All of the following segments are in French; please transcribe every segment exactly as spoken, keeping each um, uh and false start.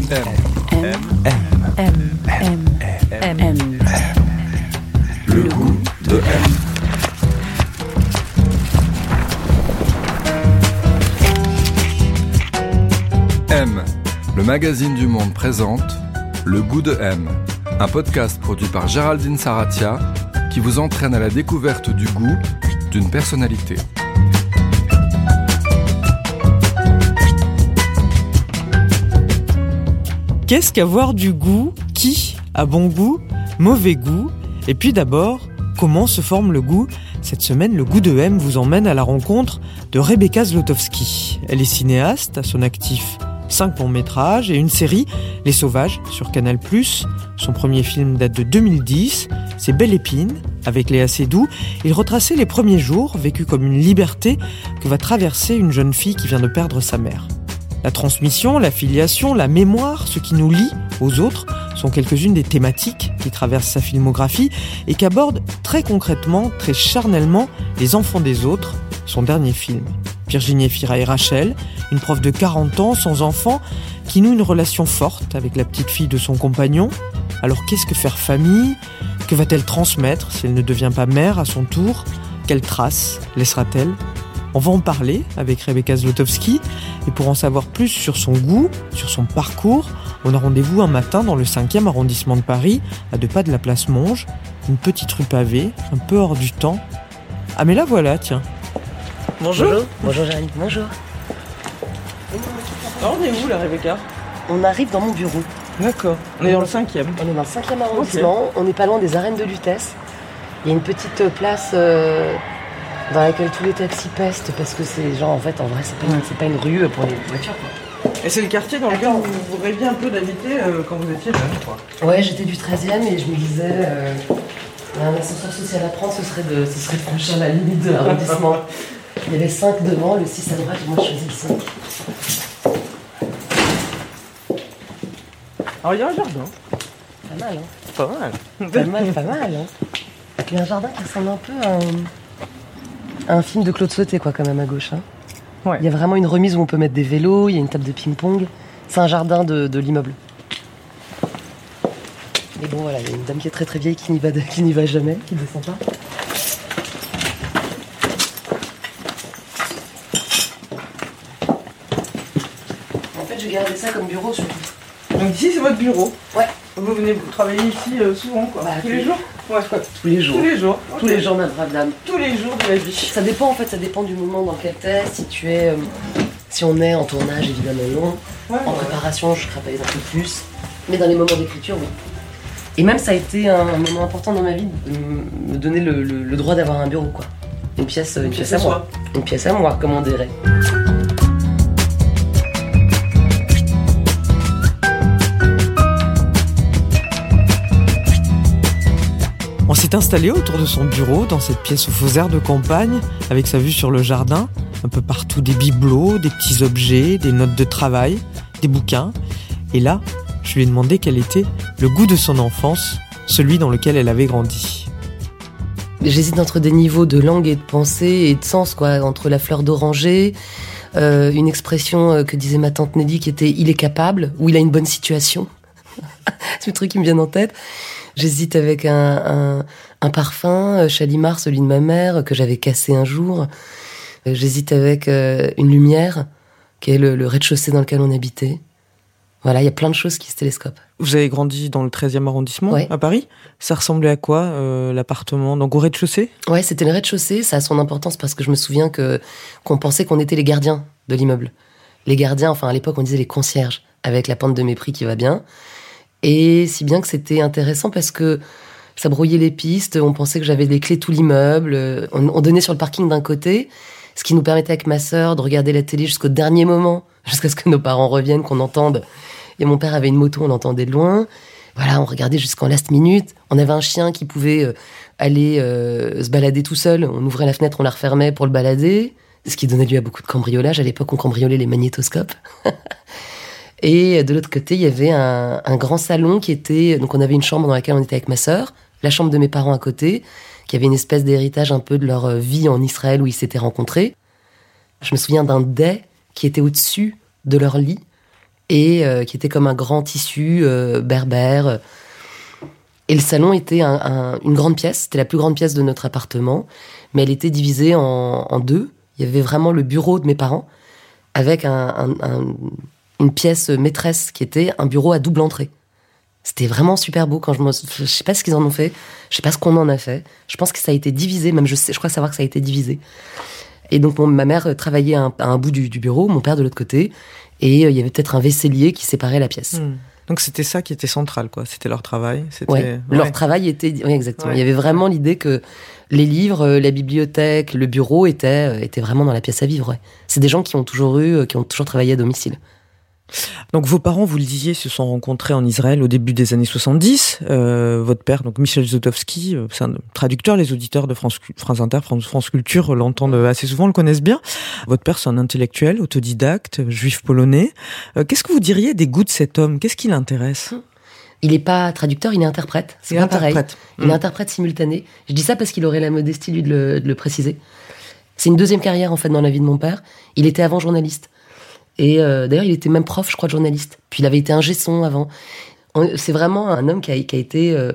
M. M. M. M. M. Le goût de M. M, le magazine du Monde présente Le goût de M, un podcast produit par Géraldine Saratia qui vous entraîne à la découverte du goût d'une personnalité. Qu'est-ce qu'avoir du goût ? Qui a bon goût ? Mauvais goût ? Et puis d'abord, comment se forme le goût ? Cette semaine, le goût de M vous emmène à la rencontre de Rebecca Zlotowski. Elle est cinéaste, à son actif cinq longs métrages et une série, Les Sauvages, sur Canal plus. Son premier film date de deux mille dix, c'est Belle Épine, avec Léa Seydoux. Il retraçait les premiers jours, vécus comme une liberté que va traverser une jeune fille qui vient de perdre sa mère. La transmission, la filiation, la mémoire, ce qui nous lie aux autres, sont quelques-unes des thématiques qui traversent sa filmographie et qu'aborde très concrètement, très charnellement, Les Enfants des autres, son dernier film. Virginie Efira et Rachel, une prof de quarante ans, sans enfant, qui noue une relation forte avec la petite fille de son compagnon. Alors qu'est-ce que faire famille ? Que va-t-elle transmettre si elle ne devient pas mère à son tour ? Quelle trace laissera-t-elle ? On va en parler avec Rebecca Zlotowski. Et pour en savoir plus sur son goût, sur son parcours, on a rendez-vous un matin dans le cinquième arrondissement de Paris, à deux pas de la place Monge, une petite rue pavée, un peu hors du temps. Ah mais là voilà, tiens. Bonjour. Bonjour, bonjour Géraldine, bonjour. Alors on est où là, Rebecca ? On arrive dans mon bureau. D'accord, on est dans le cinquième. On est dans le cinquième arrondissement, okay. On n'est pas loin des arènes de Lutèce. Il y a une petite place euh, dans laquelle tous les taxis pestent parce que c'est genre en fait en vrai c'est pas une, c'est pas une rue pour les voitures quoi. Et c'est le quartier dans lequel vous, vous rêviez un peu d'habiter euh, quand vous étiez jeune quoi. Ouais, j'étais du treizième et je me disais euh, un ascenseur social à prendre ce serait de, ce serait de franchir la limite de l'arrondissement. Il y avait cinq devant, le six à droite, et moi je choisis le cinq. Alors il y a un jardin. Pas mal, hein. Pas mal. Pas mal, pas mal, hein. Il y a un jardin qui ressemble un peu à un, à un film de Claude Sauté, quoi, quand même, à gauche. Hein. Ouais. Il y a vraiment une remise où on peut mettre des vélos, il y a une table de ping-pong. C'est un jardin de, de l'immeuble. Mais bon, voilà, il y a une dame qui est très très vieille qui n'y va, qui n'y va jamais, qui ne descend pas. J'ai gardé ça comme bureau surtout. Donc ici c'est votre bureau. Ouais. Vous venez vous travailler ici euh, souvent quoi. Bah, tous les jours. Ouais. Tous les jours. Tous les jours. Tous okay. les jours ma brave dame. Tous les jours de la vie. Ça dépend en fait, ça dépend du moment dans lequel t'es. Si tu es, euh, si on est en tournage évidemment long, ouais, en ouais. préparation je travaille un peu plus, mais dans les moments d'écriture oui. Et même ça a été un, un moment important dans ma vie de me donner le, le, le droit d'avoir un bureau quoi. Une pièce, une, une pièce, pièce à moi. Une pièce à moi comme on dirait. On s'est installé autour de son bureau, dans cette pièce aux faux airs de campagne, avec sa vue sur le jardin, un peu partout des bibelots, des petits objets, des notes de travail, des bouquins. Et là, je lui ai demandé quel était le goût de son enfance, celui dans lequel elle avait grandi. J'hésite entre des niveaux de langue et de pensée et de sens, quoi, entre la fleur d'oranger, euh, une expression que disait ma tante Nelly qui était « il est capable » ou « il a une bonne situation ». C'est le truc qui me vient en tête. J'hésite avec un, un, un parfum, Chalimar, celui de ma mère, que j'avais cassé un jour. J'hésite avec euh, une lumière, qui est le, le rez-de-chaussée dans lequel on habitait. Voilà, il y a plein de choses qui se télescopent. Vous avez grandi dans le treizième arrondissement, ouais. à Paris. Ça ressemblait à quoi, euh, l'appartement ? Donc au rez-de-chaussée ? Ouais, c'était le rez-de-chaussée. Ça a son importance parce que je me souviens que, qu'on pensait qu'on était les gardiens de l'immeuble. Les gardiens, enfin à l'époque on disait les concierges, avec la pente de mépris qui va bien. Et si bien que c'était intéressant parce que ça brouillait les pistes, on pensait que j'avais des clés tout l'immeuble, on, on donnait sur le parking d'un côté, ce qui nous permettait avec ma sœur de regarder la télé jusqu'au dernier moment, jusqu'à ce que nos parents reviennent, qu'on entende. Et mon père avait une moto, on l'entendait de loin. Voilà, on regardait jusqu'en last minute. On avait un chien qui pouvait aller euh, se balader tout seul. On ouvrait la fenêtre, on la refermait pour le balader, ce qui donnait lieu à beaucoup de cambriolage. À l'époque, on cambriolait les magnétoscopes. Et de l'autre côté, il y avait un, un grand salon qui était... Donc on avait une chambre dans laquelle on était avec ma sœur, la chambre de mes parents à côté, qui avait une espèce d'héritage un peu de leur vie en Israël où ils s'étaient rencontrés. Je me souviens d'un dais qui était au-dessus de leur lit et euh, qui était comme un grand tissu euh, berbère. Et le salon était un, un, une grande pièce, c'était la plus grande pièce de notre appartement, mais elle était divisée en, en deux. Il y avait vraiment le bureau de mes parents, avec un, un, un, une pièce maîtresse qui était un bureau à double entrée. C'était vraiment super beau quand je me... Je sais pas ce qu'ils en ont fait, je sais pas ce qu'on en a fait. Je pense que ça a été divisé, même je sais, je crois savoir que ça a été divisé. Et donc mon, ma mère travaillait à un, à un bout du, du bureau, mon père de l'autre côté, et euh, il y avait peut-être un vaisselier qui séparait la pièce. Mmh. Donc c'était ça qui était central, quoi. C'était leur travail. C'était... Ouais, ouais. Leur travail était... Oui, exactement. Ouais. Il y avait vraiment l'idée que les livres, la bibliothèque, le bureau étaient, étaient vraiment dans la pièce à vivre. Ouais. C'est des gens qui ont toujours eu, qui ont toujours travaillé à domicile. Donc vos parents, vous le disiez, se sont rencontrés en Israël au début des années soixante-dix. Euh, votre père, donc Michel Zlotowski, c'est un traducteur. Les auditeurs de France, France Inter, France, France Culture l'entendent assez souvent, le connaissent bien. Votre père, c'est un intellectuel, autodidacte, juif polonais. Euh, qu'est-ce que vous diriez des goûts de cet homme ? Qu'est-ce qui l'intéresse ? Il n'est pas traducteur, il est interprète. C'est il pas pareil. Mmh. Il est interprète simultané. Je dis ça parce qu'il aurait la modestie, lui, de le, de le préciser. C'est une deuxième carrière, en fait, dans la vie de mon père. Il était avant journaliste. Et euh, d'ailleurs, il était même prof, je crois, de journaliste. Puis il avait été ingé son avant. C'est vraiment un homme qui a, qui a été, euh,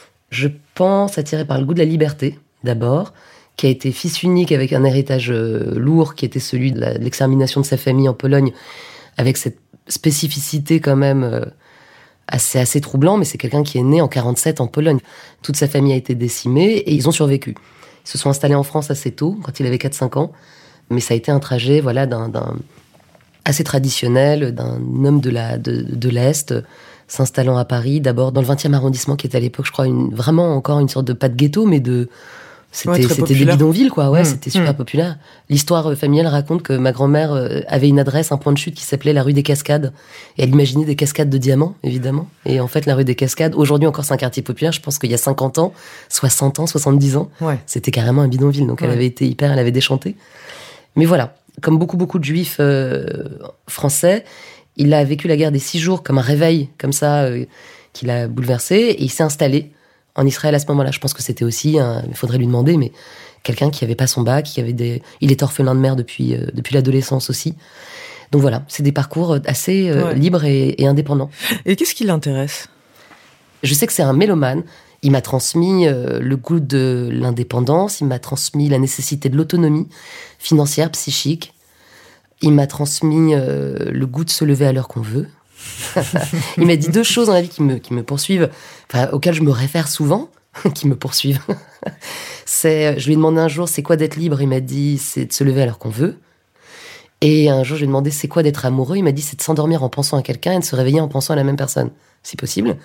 je pense, attiré par le goût de la liberté, d'abord, qui a été fils unique avec un héritage euh, lourd, qui était celui de, la, de l'extermination de sa famille en Pologne, avec cette spécificité quand même euh, assez, assez troublant, mais c'est quelqu'un qui est né en quarante-sept en Pologne. Toute sa famille a été décimée et ils ont survécu. Ils se sont installés en France assez tôt, quand il avait quatre cinq ans, mais ça a été un trajet, voilà, d'un... d'un assez traditionnel, d'un homme de, la, de, de l'Est, s'installant à Paris, d'abord dans le vingtième arrondissement, qui était à l'époque, je crois, une, vraiment encore une sorte de, pas de ghetto, mais de... C'était, ouais, c'était des bidonvilles, quoi. Ouais, mmh, c'était super mmh. populaire. L'histoire familiale raconte que ma grand-mère avait une adresse, un point de chute qui s'appelait la rue des Cascades. Et elle imaginait des cascades de diamants, évidemment. Et en fait, la rue des Cascades, aujourd'hui encore, c'est un quartier populaire. Je pense qu'il y a cinquante ans, soixante ans, soixante-dix ans, ouais. C'était carrément un bidonville. Donc, ouais. Elle avait été hyper, elle avait déchanté. Mais voilà. Comme beaucoup, beaucoup de juifs euh, français, il a vécu la guerre des six jours comme un réveil, comme ça, euh, qui l'a bouleversé. Et il s'est installé en Israël à ce moment-là. Je pense que c'était aussi, il faudrait lui demander, mais quelqu'un qui n'avait pas son bac, qui avait des... il est orphelin de mère depuis, euh, depuis l'adolescence aussi. Donc voilà, c'est des parcours assez euh, ouais. libres et, et indépendants. Et qu'est-ce qui l'intéresse ? Je sais que c'est un mélomane. Il m'a transmis euh, le goût de l'indépendance, il m'a transmis la nécessité de l'autonomie financière, psychique. Il m'a transmis euh, le goût de se lever à l'heure qu'on veut. Il m'a dit deux choses dans la vie qui me, qui me poursuivent, enfin, auxquelles je me réfère souvent, qui me poursuivent. C'est, je lui ai demandé un jour, c'est quoi d'être libre ? Il m'a dit, c'est de se lever à l'heure qu'on veut. Et un jour, je lui ai demandé, c'est quoi d'être amoureux ? Il m'a dit, c'est de s'endormir en pensant à quelqu'un et de se réveiller en pensant à la même personne, si possible.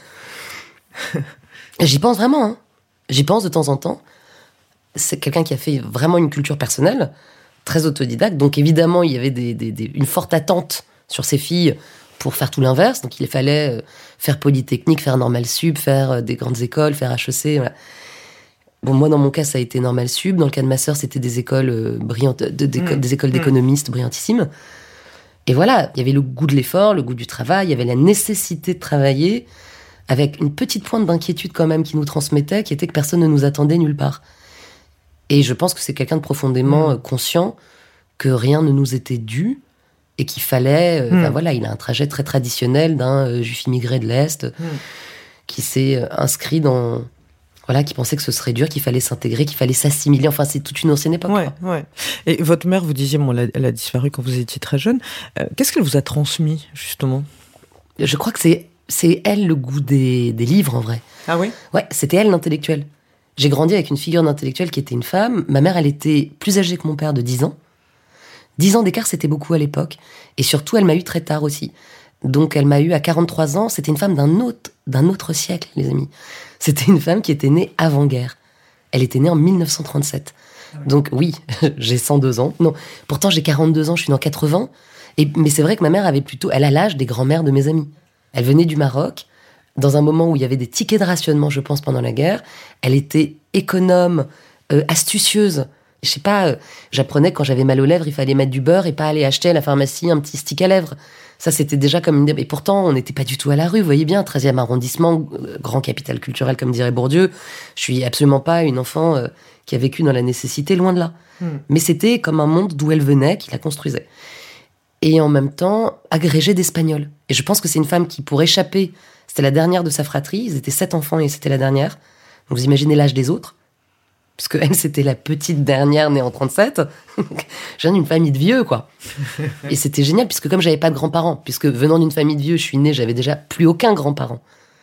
J'y pense vraiment, hein. J'y pense de temps en temps. C'est quelqu'un qui a fait vraiment une culture personnelle, très autodidacte. Donc évidemment, il y avait des, des, des, une forte attente sur ses filles pour faire tout l'inverse. Donc il fallait faire Polytechnique, faire Normal Sup, faire des grandes écoles, faire H E C. Voilà. Bon, moi, dans mon cas, ça a été Normal Sup. Dans le cas de ma sœur, c'était des écoles brillantes, de, des, mmh. des écoles d'économistes brillantissimes. Et voilà, il y avait le goût de l'effort, le goût du travail, il y avait la nécessité de travailler, avec une petite pointe d'inquiétude quand même qui nous transmettait, qui était que personne ne nous attendait nulle part. Et je pense que c'est quelqu'un de profondément mmh. conscient que rien ne nous était dû et qu'il fallait... Euh, mmh. ben voilà, il a un trajet très traditionnel d'un euh, juif immigré de l'Est mmh. qui s'est euh, inscrit dans... Voilà, qui pensait que ce serait dur, qu'il fallait s'intégrer, qu'il fallait s'assimiler. Enfin, c'est toute une ancienne époque. Ouais, ouais. Et votre mère, vous disiez, bon, elle, a, elle a disparu quand vous étiez très jeune. Euh, qu'est-ce qu'elle vous a transmis, justement ? Je crois que c'est... C'est elle le goût des, des livres, en vrai. Ah oui ? Ouais, c'était elle l'intellectuelle. J'ai grandi avec une figure d'intellectuelle qui était une femme. Ma mère, elle était plus âgée que mon père de dix ans. dix ans d'écart, c'était beaucoup à l'époque. Et surtout, elle m'a eu très tard aussi. Donc, elle m'a eu à quarante-trois ans. C'était une femme d'un autre, d'un autre siècle, les amis. C'était une femme qui était née avant-guerre. Elle était née en mille neuf cent trente-sept. Donc, oui, j'ai cent deux ans. Non, pourtant, j'ai quarante-deux ans, je suis dans quatre-vingts. Et, mais c'est vrai que ma mère avait plutôt... Elle a l'âge des grands-mères de mes amis. Elle venait du Maroc, dans un moment où il y avait des tickets de rationnement, je pense, pendant la guerre. Elle était économe, euh, astucieuse. Je sais pas, euh, j'apprenais que quand j'avais mal aux lèvres, il fallait mettre du beurre et pas aller acheter à la pharmacie un petit stick à lèvres. Ça, c'était déjà comme une... Et pourtant, on n'était pas du tout à la rue, vous voyez bien, treizième arrondissement, euh, grand capital culturel, comme dirait Bourdieu. Je suis absolument pas une enfant euh, qui a vécu dans la nécessité, loin de là. Mmh. Mais c'était comme un monde d'où elle venait, qui la construisait. et en même temps agrégée d'espagnol. Et je pense que c'est une femme qui, pour échapper, c'était la dernière de sa fratrie, ils étaient sept enfants et c'était la dernière. Donc vous imaginez l'âge des autres, puisque elle, c'était la petite dernière née en trente-sept. Je viens d'une famille de vieux, quoi. Et c'était génial, puisque comme j'avais pas de grands-parents, puisque venant d'une famille de vieux, je suis née, j'avais déjà plus aucun grand-parent.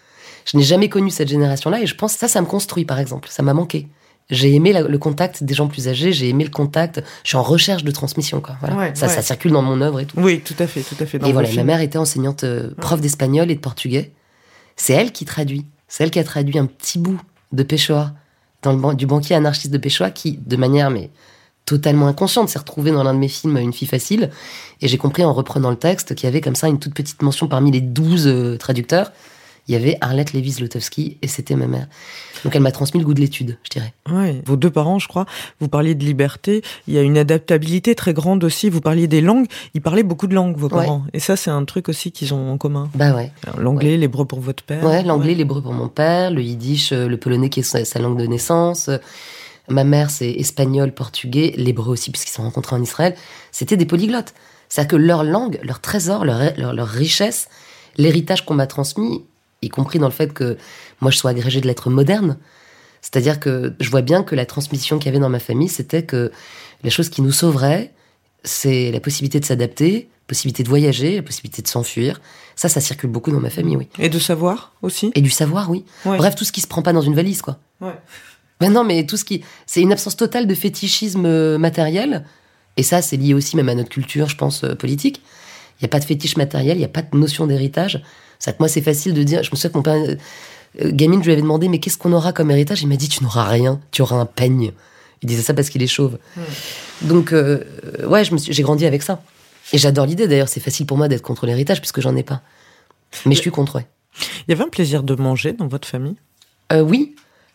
Je n'ai jamais connu cette génération-là, et je pense que ça, ça me construit, par exemple. Ça m'a manqué. J'ai aimé la, le contact des gens plus âgés, j'ai aimé le contact. Je suis en recherche de transmission, quoi. Voilà. Ouais, ça, ouais. ça circule dans mon œuvre et tout. Oui, tout à fait, tout à fait. Dans et voilà, film. ma mère était enseignante, euh, prof d'espagnol et de portugais. C'est elle qui traduit. C'est elle qui a traduit un petit bout de Pessoa, dans le ban- du banquier anarchiste de Pessoa, qui, de manière mais totalement inconsciente, s'est retrouvée dans l'un de mes films, Une fille facile. Et j'ai compris en reprenant le texte qu'il y avait comme ça une toute petite mention parmi les douze euh, traducteurs. Il y avait Arlette Lévy-Zlotowski et c'était ma mère. Donc elle m'a transmis le goût de l'étude, je dirais. Ouais. Vos deux parents, je crois, vous parliez de liberté, il y a une adaptabilité très grande aussi, vous parliez des langues, ils parlaient beaucoup de langues, vos parents. Ouais. Et ça, c'est un truc aussi qu'ils ont en commun. Bah ouais. Alors, l'anglais, ouais. L'hébreu pour votre père. Ouais, l'anglais, ouais. L'hébreu pour mon père, le yiddish, le polonais qui est sa, sa langue de naissance. Ma mère, c'est espagnol, portugais, l'hébreu aussi, puisqu'ils se sont rencontrés en Israël. C'était des polyglottes. C'est-à-dire que leur langue, leur trésor, leur, leur, leur richesse, l'héritage qu'on m'a transmis, y compris dans le fait que moi je sois agrégée de lettres modernes. C'est-à-dire que je vois bien que la transmission qu'il y avait dans ma famille, c'était que la chose qui nous sauverait, c'est la possibilité de s'adapter, la possibilité de voyager, la possibilité de s'enfuir. Ça, ça circule beaucoup dans ma famille, oui. Et de savoir aussi ? Et du savoir, oui. Ouais. Bref, tout ce qui se prend pas dans une valise, quoi. Ouais. Ben non, mais tout ce qui... C'est une absence totale de fétichisme matériel. Et ça, c'est lié aussi même à notre culture, je pense, politique. Il n'y a pas de fétiche matériel, il n'y a pas de notion d'héritage. C'est que moi, c'est facile de dire... Je me souviens que mon père... Euh, gamine, je lui avais demandé, mais qu'est-ce qu'on aura comme héritage ? Il m'a dit, tu n'auras rien, tu auras un peigne. Il disait ça parce qu'il est chauve. Mmh. Donc, euh, ouais, je me suis, j'ai grandi avec ça. Et j'adore l'idée, d'ailleurs. C'est facile pour moi d'être contre l'héritage, puisque j'en ai pas. Mais je suis contre, ouais. Il y avait un plaisir de manger dans votre famille ? euh, Oui,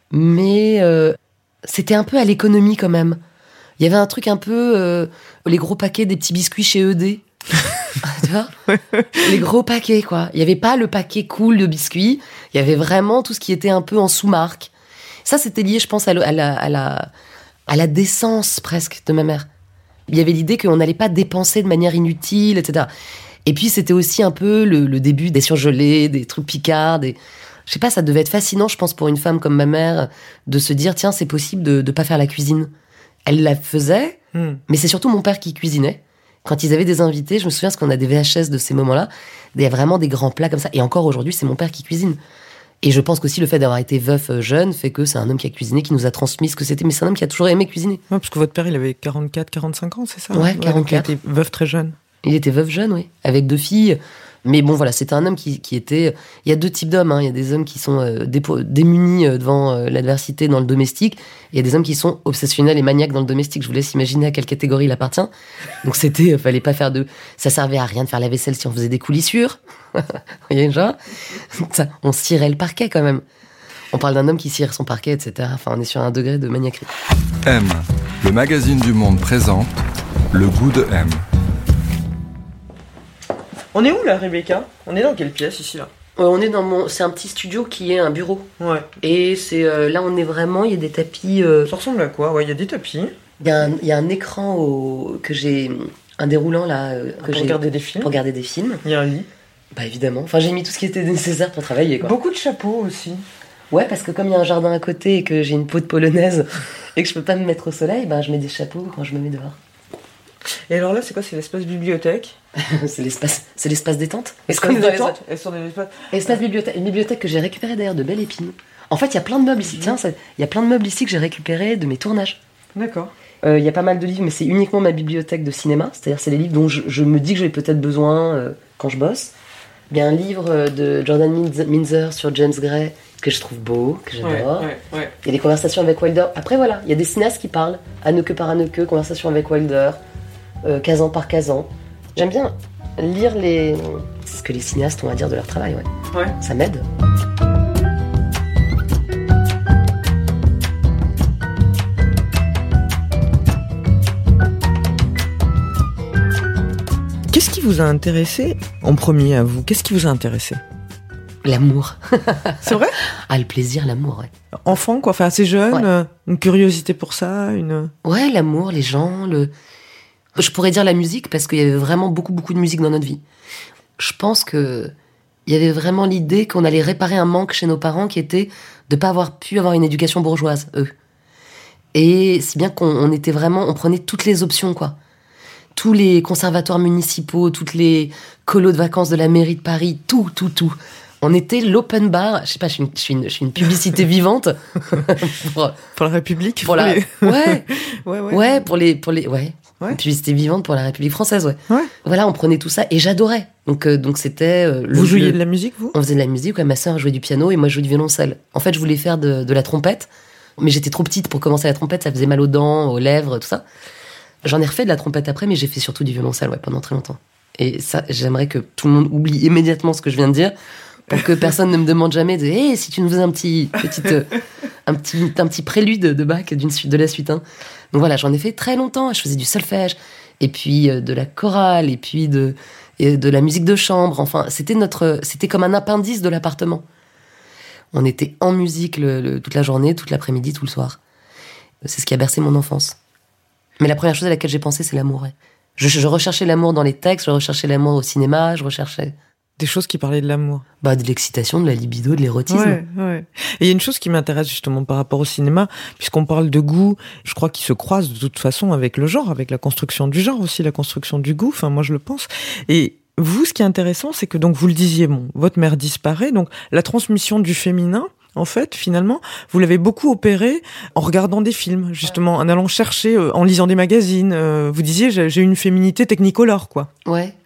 mais euh, c'était un peu à l'économie, quand même. Il y avait un truc un peu... Euh, les gros paquets des petits biscuits chez E D. Tu vois, les gros paquets, quoi. Il n'y avait pas le paquet cool de biscuits. Il y avait vraiment tout ce qui était un peu en sous-marque. Ça, c'était lié, je pense, à, le, à, la, à, la, à la décence, presque, de ma mère. Il y avait l'idée qu'on n'allait pas dépenser de manière inutile, et cetera. Et puis, c'était aussi un peu le, le début des surgelés, des trucs picards. Des... Je sais pas, ça devait être fascinant, je pense, pour une femme comme ma mère, de se dire, tiens, c'est possible de ne pas faire la cuisine. Elle la faisait, mmh. mais c'est surtout mon père qui cuisinait. Quand ils avaient des invités, je me souviens, parce qu'on a des V H S de ces moments-là, il y a vraiment des grands plats comme ça. Et encore aujourd'hui, c'est mon père qui cuisine. Et je pense qu'aussi le fait d'avoir été veuf jeune fait que c'est un homme qui a cuisiné, qui nous a transmis ce que c'était. Mais c'est un homme qui a toujours aimé cuisiner. Ouais, parce que votre père, il avait quarante-quatre, quarante-cinq ans, c'est ça ? Ouais, quarante-quatre. Il était veuf très jeune. Il était veuf jeune, oui, avec deux filles. Mais bon, voilà, c'était un homme qui, qui était... Il y a deux types d'hommes, hein. Il y a des hommes qui sont euh, dépo... démunis euh, devant euh, l'adversité dans le domestique. Il y a des hommes qui sont obsessionnels et maniaques dans le domestique. Je vous laisse imaginer à quelle catégorie il appartient. Donc c'était... Euh, fallait pas faire de... Ça servait à rien de faire la vaisselle si on faisait des coulissures. Vous voyez, genre ça, on cirait le parquet, quand même. On parle d'un homme qui cire son parquet, et cetera. Enfin, on est sur un degré de maniaquerie. M, le magazine du Monde présente Le goût de M. On est où là, Rebecca ? On est dans quelle pièce ici là ? euh, On est dans mon... C'est un petit studio qui est un bureau. Ouais. Et c'est euh, là, on est vraiment... Il y a des tapis... Euh... Ça ressemble à quoi ? Ouais, il y a des tapis. Il y a un, il y a un écran au... que j'ai... Un déroulant là... Euh, que pour j'ai... regarder des films. Pour regarder des films. Il y a un lit. Bah évidemment. Enfin, j'ai mis tout ce qui était nécessaire pour travailler, quoi. Beaucoup de chapeaux aussi. Ouais, parce que comme il y a un jardin à côté et que j'ai une peau de polonaise et que je peux pas me mettre au soleil, bah je mets des chapeaux quand je me mets dehors. Et alors là, c'est quoi ? C'est l'espace bibliothèque ? c'est l'espace, c'est l'espace détente. Est-ce qu'on est dans l'espace Elles sont dans l'espace. Espace bibliothèque, une bibliothèque que j'ai récupérée d'ailleurs de Belle Épine. En fait, il y a plein de meubles ici. Tiens, il y a plein de meubles ici que j'ai récupérés de mes tournages. D'accord. Il euh, y a pas mal de livres, mais c'est uniquement ma bibliothèque de cinéma. C'est-à-dire, c'est les livres dont je, je me dis que j'ai peut-être besoin euh, quand je bosse. Il y a un livre de Jordan Minzer sur James Gray que je trouve beau, que j'adore. Ouais, ouais, ouais. Il y a des conversations avec Wilder. Après, voilà, il y a des cinéastes qui parlent. Haneke par Haneke, conversation avec Wilder. Euh, Kazan par Kazan. J'aime bien lire les... ce que les cinéastes ont à dire de leur travail, ouais. Ouais. Ça m'aide. Qu'est-ce qui vous a intéressé en premier à vous ? Qu'est-ce qui vous a intéressé ? L'amour. C'est vrai ? Ah, le plaisir, l'amour, ouais. Enfant, quoi, enfin assez jeune, ouais. euh, une curiosité pour ça, une... Ouais, l'amour, les gens, le... Je pourrais dire la musique parce qu'il y avait vraiment beaucoup, beaucoup de musique dans notre vie. Je pense que il y avait vraiment l'idée qu'on allait réparer un manque chez nos parents qui était de pas avoir pu avoir une éducation bourgeoise, eux. Et si bien qu'on on était vraiment, on prenait toutes les options, quoi. Tous les conservatoires municipaux, toutes les colos de vacances de la mairie de Paris, tout, tout, tout. On était l'open bar. Je sais pas, je suis une, je suis une, je suis une publicité vivante pour, pour la République. Pour la, les... ouais, ouais, ouais, ouais, pour les, pour les, ouais. Ouais. Une publicité vivante pour la République française, ouais. Ouais. Voilà, on prenait tout ça et j'adorais. Donc, euh, donc c'était. Euh, vous le, jouiez le... de la musique, vous ? On faisait de la musique. Ouais, ma sœur jouait du piano et moi je jouais du violoncelle. En fait, je voulais faire de, de la trompette, mais j'étais trop petite pour commencer la trompette. Ça faisait mal aux dents, aux lèvres, tout ça. J'en ai refait de la trompette après, mais j'ai fait surtout du violoncelle, ouais, pendant très longtemps. Et ça, j'aimerais que tout le monde oublie immédiatement ce que je viens de dire, pour que personne ne me demande jamais de, hé, hey, si tu nous faisais un petit, petite, euh, un petit, un petit prélude de Bach d'une suite, de la suite, hein. Donc voilà, j'en ai fait très longtemps. Je faisais du solfège, et puis euh, de la chorale, et puis de, et de la musique de chambre. Enfin, c'était notre, c'était comme un appendice de l'appartement. On était en musique le, le, toute la journée, toute l'après-midi, tout le soir. C'est ce qui a bercé mon enfance. Mais la première chose à laquelle j'ai pensé, c'est l'amour. Ouais. Je, je recherchais l'amour dans les textes, je recherchais l'amour au cinéma, je recherchais... Des choses qui parlaient de l'amour. Bah, de l'excitation, de la libido, de l'érotisme. Ouais, ouais. Et il y a une chose qui m'intéresse justement par rapport au cinéma, puisqu'on parle de goût, je crois qu'il se croise de toute façon avec le genre, avec la construction du genre aussi, la construction du goût, enfin moi je le pense. Et vous, ce qui est intéressant, c'est que donc vous le disiez, bon, votre mère disparaît, donc la transmission du féminin, en fait, finalement, vous l'avez beaucoup opéré en regardant des films, justement, en allant chercher, euh, en lisant des magazines. Euh, vous disiez, j'ai, j'ai une féminité technicolor, quoi. Ouais.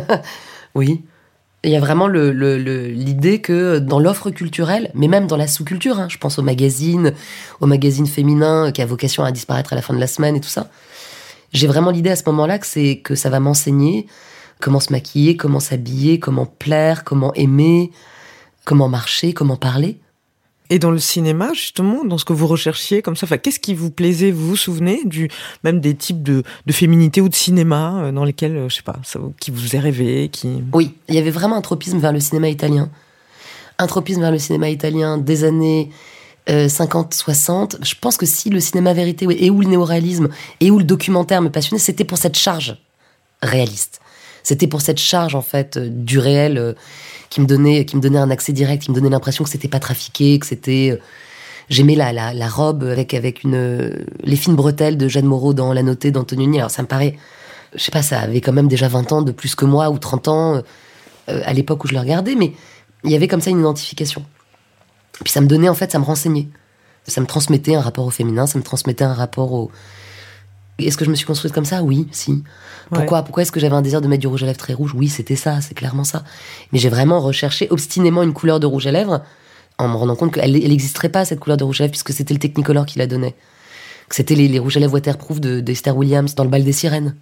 Oui. Il y a vraiment le, le, le, l'idée que dans l'offre culturelle, mais même dans la sous-culture, hein, je pense aux magazines, aux magazines féminins qui a vocation à disparaître à la fin de la semaine et tout ça. J'ai vraiment l'idée à ce moment-là que c'est que ça va m'enseigner comment se maquiller, comment s'habiller, comment plaire, comment aimer, comment marcher, comment parler. Et dans le cinéma, justement, dans ce que vous recherchiez, comme ça, enfin, qu'est-ce qui vous plaisait ? Vous vous souvenez du, même des types de, de féminité ou de cinéma euh, dans lesquels, euh, je sais pas, ça, qui vous est rêvé, qui... Oui, il y avait vraiment un tropisme vers le cinéma italien. Un tropisme vers le cinéma italien des années euh, cinquante soixante. Je pense que si le cinéma vérité et où le néoréalisme et où le documentaire me passionnait, c'était pour cette charge réaliste. C'était pour cette charge, en fait, euh, du réel... Euh, qui me donnait, qui me donnait un accès direct, qui me donnait l'impression que c'était pas trafiqué, que c'était... J'aimais la, la, la robe avec, avec une... les fines bretelles de Jeanne Moreau dans La Notée d'Antonioni. Alors ça me paraît... Je sais pas, ça avait quand même déjà vingt ans de plus que moi, ou trente ans, euh, à l'époque où je le regardais, mais il y avait comme ça une identification. Et puis ça me donnait, en fait, ça me renseignait. Ça me transmettait un rapport au féminin, ça me transmettait un rapport au... Est-ce que je me suis construite comme ça ? Oui, si. Pourquoi ouais. Pourquoi est-ce que j'avais un désir de mettre du rouge à lèvres très rouge ? Oui, c'était ça, c'est clairement ça. Mais j'ai vraiment recherché obstinément une couleur de rouge à lèvres en me rendant compte qu'elle n'existerait pas, cette couleur de rouge à lèvres, puisque c'était le Technicolor qui la donnait. Que c'était les, les rouges à lèvres waterproof de, d'Esther Williams dans Le Bal des Sirènes.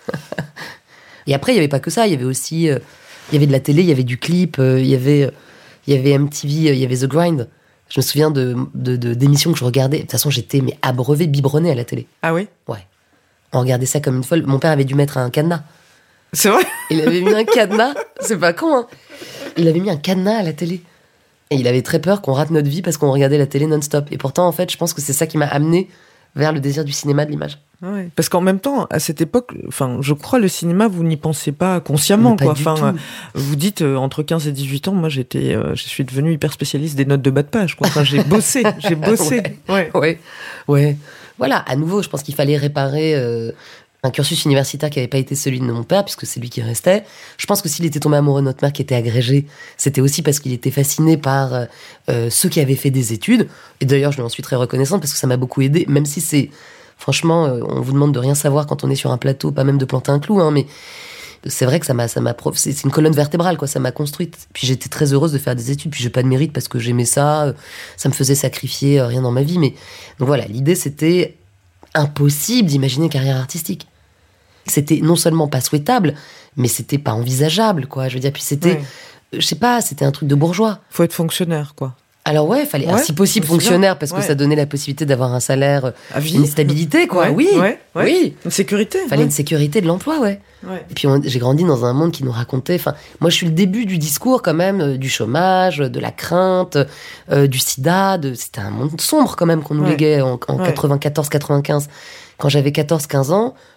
Et après, il n'y avait pas que ça. Il y avait aussi... Euh, il y avait de la télé, il y avait du clip, euh, il y avait, euh, il y avait M T V, euh, il y avait The Grind. Je me souviens de, de, de, d'émissions que je regardais. De toute façon, j'étais mais abreuvée, biberonnée à la télé. Ah oui ? Ouais. On regardait ça comme une folle. Mon père avait dû mettre un cadenas. C'est vrai ? Il avait mis un cadenas. C'est pas con, hein. Il avait mis un cadenas à la télé. Et il avait très peur qu'on rate notre vie parce qu'on regardait la télé non-stop. Et pourtant, en fait, je pense que c'est ça qui m'a amené vers le désir du cinéma, de l'image. Ouais. Parce qu'en même temps, à cette époque, enfin, je crois le cinéma, vous n'y pensez pas consciemment, pas quoi. Du enfin, tout. Vous dites euh, entre quinze et dix-huit ans, moi, j'étais, euh, je suis devenue hyper spécialiste des notes de bas de page, quoi. Enfin, j'ai bossé, j'ai bossé. Ouais. ouais, ouais, ouais. Voilà. À nouveau, je pense qu'il fallait réparer. Euh, un cursus universitaire qui n'avait pas été celui de mon père, puisque c'est lui qui restait. Je pense que s'il était tombé amoureux de notre mère qui était agrégée, c'était aussi parce qu'il était fasciné par euh, ceux qui avaient fait des études. Et d'ailleurs, je lui en suis très reconnaissante parce que ça m'a beaucoup aidé, même si c'est... Franchement, euh, on vous demande de rien savoir quand on est sur un plateau, pas même de planter un clou, hein, mais c'est vrai que ça m'a... Ça m'a prof... c'est, c'est une colonne vertébrale, quoi, ça m'a construite. Puis j'étais très heureuse de faire des études, puis j'ai pas de mérite parce que j'aimais ça, euh, ça me faisait sacrifier euh, rien dans ma vie. Mais... Donc voilà, l'idée, c'était impossible d'imaginer une carrière artistique. C'était non seulement pas souhaitable, mais c'était pas envisageable, quoi. Je veux dire, puis c'était, ouais. je sais pas, c'était un truc de bourgeois. Faut être fonctionnaire, quoi. Alors ouais, fallait, ouais, alors, si possible fonctionnaire, parce ouais. que ça donnait la possibilité d'avoir un salaire, à vie. Une stabilité, quoi. Ouais. Oui, ouais. Ouais. oui. Une sécurité. Fallait ouais. une sécurité de l'emploi, ouais. ouais. Et puis on, j'ai grandi dans un monde qui nous racontait, enfin, moi je suis le début du discours quand même, euh, du chômage, de la crainte, euh, du sida, de, c'était un monde sombre quand même qu'on nous ouais. léguait en, en ouais. quatre-vingt-quatorze quatre-vingt-quinze. Quand j'avais quatorze quinze ans,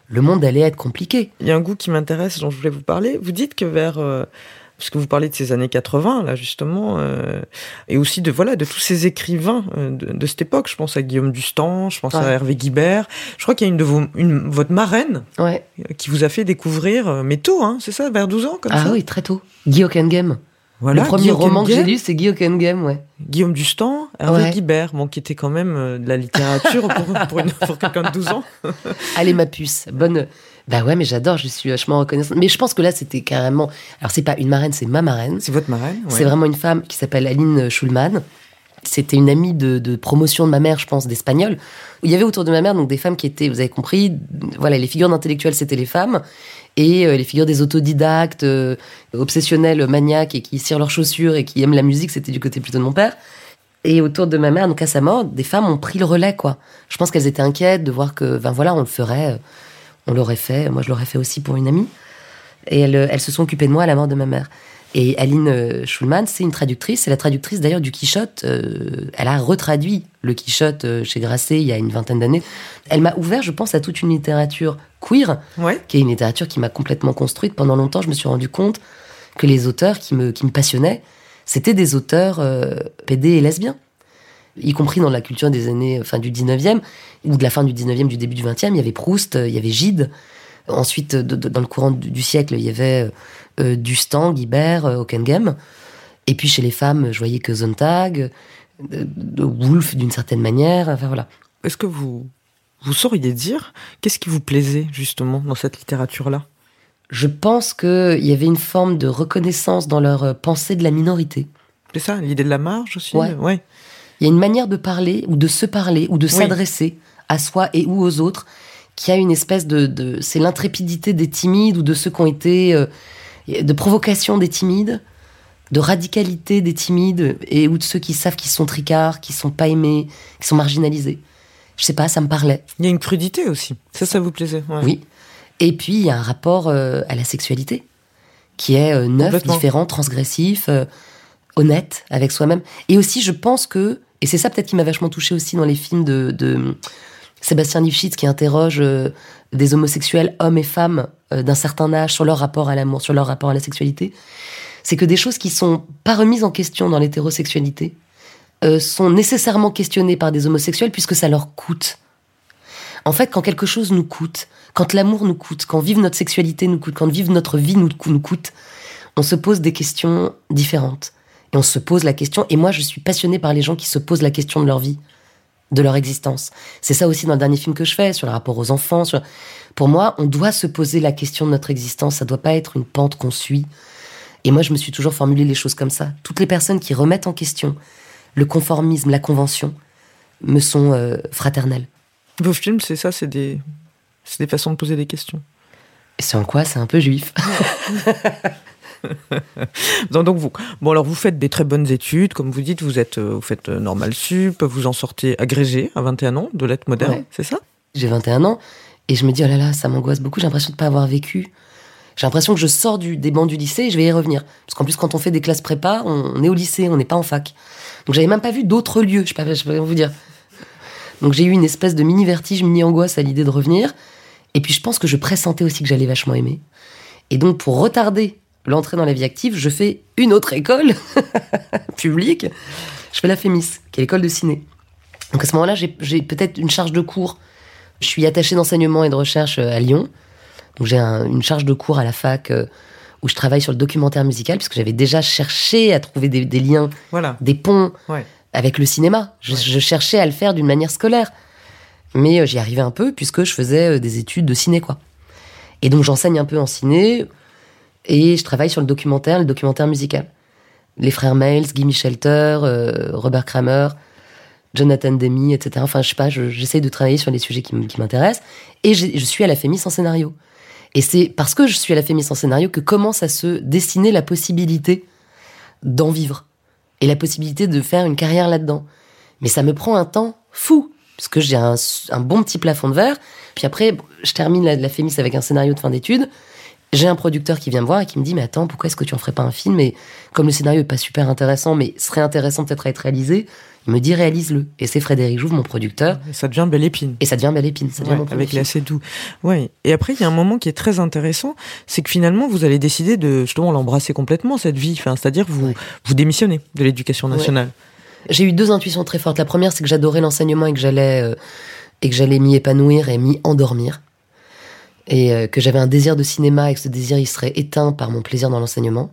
le monde allait être compliqué. Il y a un goût qui m'intéresse, dont je voulais vous parler. Vous dites que vers... Euh, parce que vous parlez de ces années quatre-vingts, là, justement, euh, et aussi de, voilà, de tous ces écrivains euh, de, de cette époque. Je pense à Guillaume Dustan, je pense ouais. à Hervé Guibert. Je crois qu'il y a une de vos, une, votre marraine ouais. qui vous a fait découvrir, euh, mais tôt, hein, c'est ça, vers douze ans, comme ah ça? Ah oui, très tôt. Guy Hockenheim. Voilà, le premier Guy roman Hockenheim. que j'ai lu, c'est Guy Hockenheim, ouais. Guillaume Dustan, Hervé ouais. Guibert, bon, qui était quand même euh, de la littérature pour, pour, une, pour quelqu'un de douze ans. Allez, ma puce, bonne... Bah ouais, mais j'adore, je suis vachement reconnaissante. Mais je pense que là, c'était carrément... Alors, c'est pas une marraine, c'est ma marraine. C'est votre marraine, ouais. C'est vraiment une femme qui s'appelle Aline Schulman. C'était une amie de, de promotion de ma mère, je pense, d'espagnol. Il y avait autour de ma mère donc des femmes qui étaient, vous avez compris, voilà, les figures d'intellectuels, c'était les femmes. Et euh, les figures des autodidactes, euh, obsessionnels, maniaques, et qui cirent leurs chaussures et qui aiment la musique, c'était du côté plutôt de mon père. Et autour de ma mère, donc à sa mort, des femmes ont pris le relais, quoi. Je pense qu'elles étaient inquiètes de voir que, ben voilà, on le ferait... Euh, on l'aurait fait, moi je l'aurais fait aussi pour une amie. Et elles, elles se sont occupées de moi à la mort de ma mère. Et Aline Schulman, c'est une traductrice, c'est la traductrice d'ailleurs du Quichotte. Euh, elle a retraduit le Quichotte chez Grasset il y a une vingtaine d'années. Elle m'a ouvert, je pense, à toute une littérature queer, ouais. qui est une littérature qui m'a complètement construite. Pendant longtemps, je me suis rendu compte que les auteurs qui me, qui me passionnaient, c'était des auteurs euh, pédés et lesbiens. Y compris dans la culture des années, fin du dix-neuvième, ou de la fin du dix-neuvième, du début du vingtième, il y avait Proust, il y avait Gide. Ensuite, de, de, dans le courant du, du siècle, il y avait euh, Dustan, Guibert, euh, Hockenheim. Et puis chez les femmes, je voyais que Sontag, euh, de Woolf d'une certaine manière, enfin voilà. Est-ce que vous, vous sauriez dire, qu'est-ce qui vous plaisait justement dans cette littérature-là ? Je pense qu'il y avait une forme de reconnaissance dans leur pensée de la minorité. C'est ça, l'idée de la marge aussi ? Ouais. ouais. Il y a une manière de parler, ou de se parler, ou de oui. s'adresser à soi et ou aux autres, qui a une espèce de... de c'est l'intrépidité des timides, ou de ceux qui ont été... Euh, de provocation des timides, de radicalité des timides, et ou de ceux qui savent qu'ils sont tricards, qui sont pas aimés, qui sont marginalisés. Je sais pas, ça me parlait. Il y a une crudité aussi. Ça, ça vous plaisait ? Ouais. Oui. Et puis, il y a un rapport euh, à la sexualité, qui est euh, neuf, différent, transgressif, euh, honnête avec soi-même. Et aussi, je pense que... Et c'est ça peut-être qui m'a vachement touchée aussi dans les films de, de Sébastien Lifshitz, qui interroge euh, des homosexuels, hommes et femmes, euh, d'un certain âge, sur leur rapport à l'amour, sur leur rapport à la sexualité. C'est que des choses qui sont pas remises en question dans l'hétérosexualité euh, sont nécessairement questionnées par des homosexuels puisque ça leur coûte. En fait, quand quelque chose nous coûte, quand l'amour nous coûte, quand vivre notre sexualité nous coûte, quand vivre notre vie nous, nous coûte, on se pose des questions différentes. Et on se pose la question, et moi je suis passionnée par les gens qui se posent la question de leur vie, de leur existence. C'est ça aussi dans le dernier film que je fais, sur le rapport aux enfants. Sur... Pour moi, on doit se poser la question de notre existence, ça doit pas être une pente qu'on suit. Et moi je me suis toujours formulé les choses comme ça. Toutes les personnes qui remettent en question le conformisme, la convention, me sont euh, fraternelles. Vos films, c'est ça, c'est des, c'est des façons de poser des questions. Et c'est en quoi c'est un peu juif. Donc vous, bon alors vous faites des très bonnes études, comme vous dites, vous êtes, vous faites normal sup, vous en sortez agrégé à vingt et un ans de lettres modernes, ouais. C'est ça ? J'ai vingt et un ans et je me dis oh là là, ça m'angoisse beaucoup. J'ai l'impression de pas avoir vécu. J'ai l'impression que je sors du, des bancs du lycée et je vais y revenir. Parce qu'en plus quand on fait des classes prépa, on, on est au lycée, on n'est pas en fac. Donc j'avais même pas vu d'autres lieux. Je sais pas, je peux vous dire. Donc j'ai eu une espèce de mini vertige, mini angoisse à l'idée de revenir. Et puis je pense que je pressentais aussi que j'allais vachement aimer. Et donc pour retarder l'entrée dans la vie active, je fais une autre école publique. Je fais la Fémis, qui est l'école de ciné. Donc à ce moment-là, j'ai, j'ai peut-être une charge de cours. Je suis attachée d'enseignement et de recherche à Lyon. Donc j'ai un, une charge de cours à la fac euh, où je travaille sur le documentaire musical, puisque j'avais déjà cherché à trouver des, des liens, voilà. Des ponts ouais. avec le cinéma. Je, ouais. je cherchais à le faire d'une manière scolaire. Mais euh, j'y arrivais un peu, puisque je faisais euh, des études de ciné, quoi. Et donc j'enseigne un peu en ciné... Et je travaille sur le documentaire, le documentaire musical. Les frères Miles, Gimme Shelter, euh, Robert Kramer, Jonathan Demme, et cetera. Enfin, je sais pas, je, j'essaye de travailler sur les sujets qui, m- qui m'intéressent. Et je suis à la Fémis en scénario. Et c'est parce que je suis à la Fémis en scénario que commence à se dessiner la possibilité d'en vivre. Et la possibilité de faire une carrière là-dedans. Mais ça me prend un temps fou. Parce que j'ai un, un bon petit plafond de verre. Puis après, je termine la, la Fémis avec un scénario de fin d'études. J'ai un producteur qui vient me voir et qui me dit « Mais attends, pourquoi est-ce que tu en ferais pas un film ?» Et comme le scénario est pas super intéressant, mais serait intéressant peut-être à être réalisé, il me dit « Réalise-le ». Et c'est Frédéric Jouve, mon producteur. Et ça devient Belle Épine. Et ça devient Belle Épine. Ça devient ouais, mon avec film. Léa Seydoux. Ouais. Et après, il y a un moment qui est très intéressant, c'est que finalement, vous allez décider de justement l'embrasser complètement, cette vie. Enfin, c'est-à-dire que vous, Ouais. vous démissionnez de l'éducation nationale. Ouais. J'ai eu deux intuitions très fortes. La première, c'est que j'adorais l'enseignement et que j'allais, euh, et que j'allais m'y épanouir et m'y endormir. Et euh, que j'avais un désir de cinéma et que ce désir, il serait éteint par mon plaisir dans l'enseignement.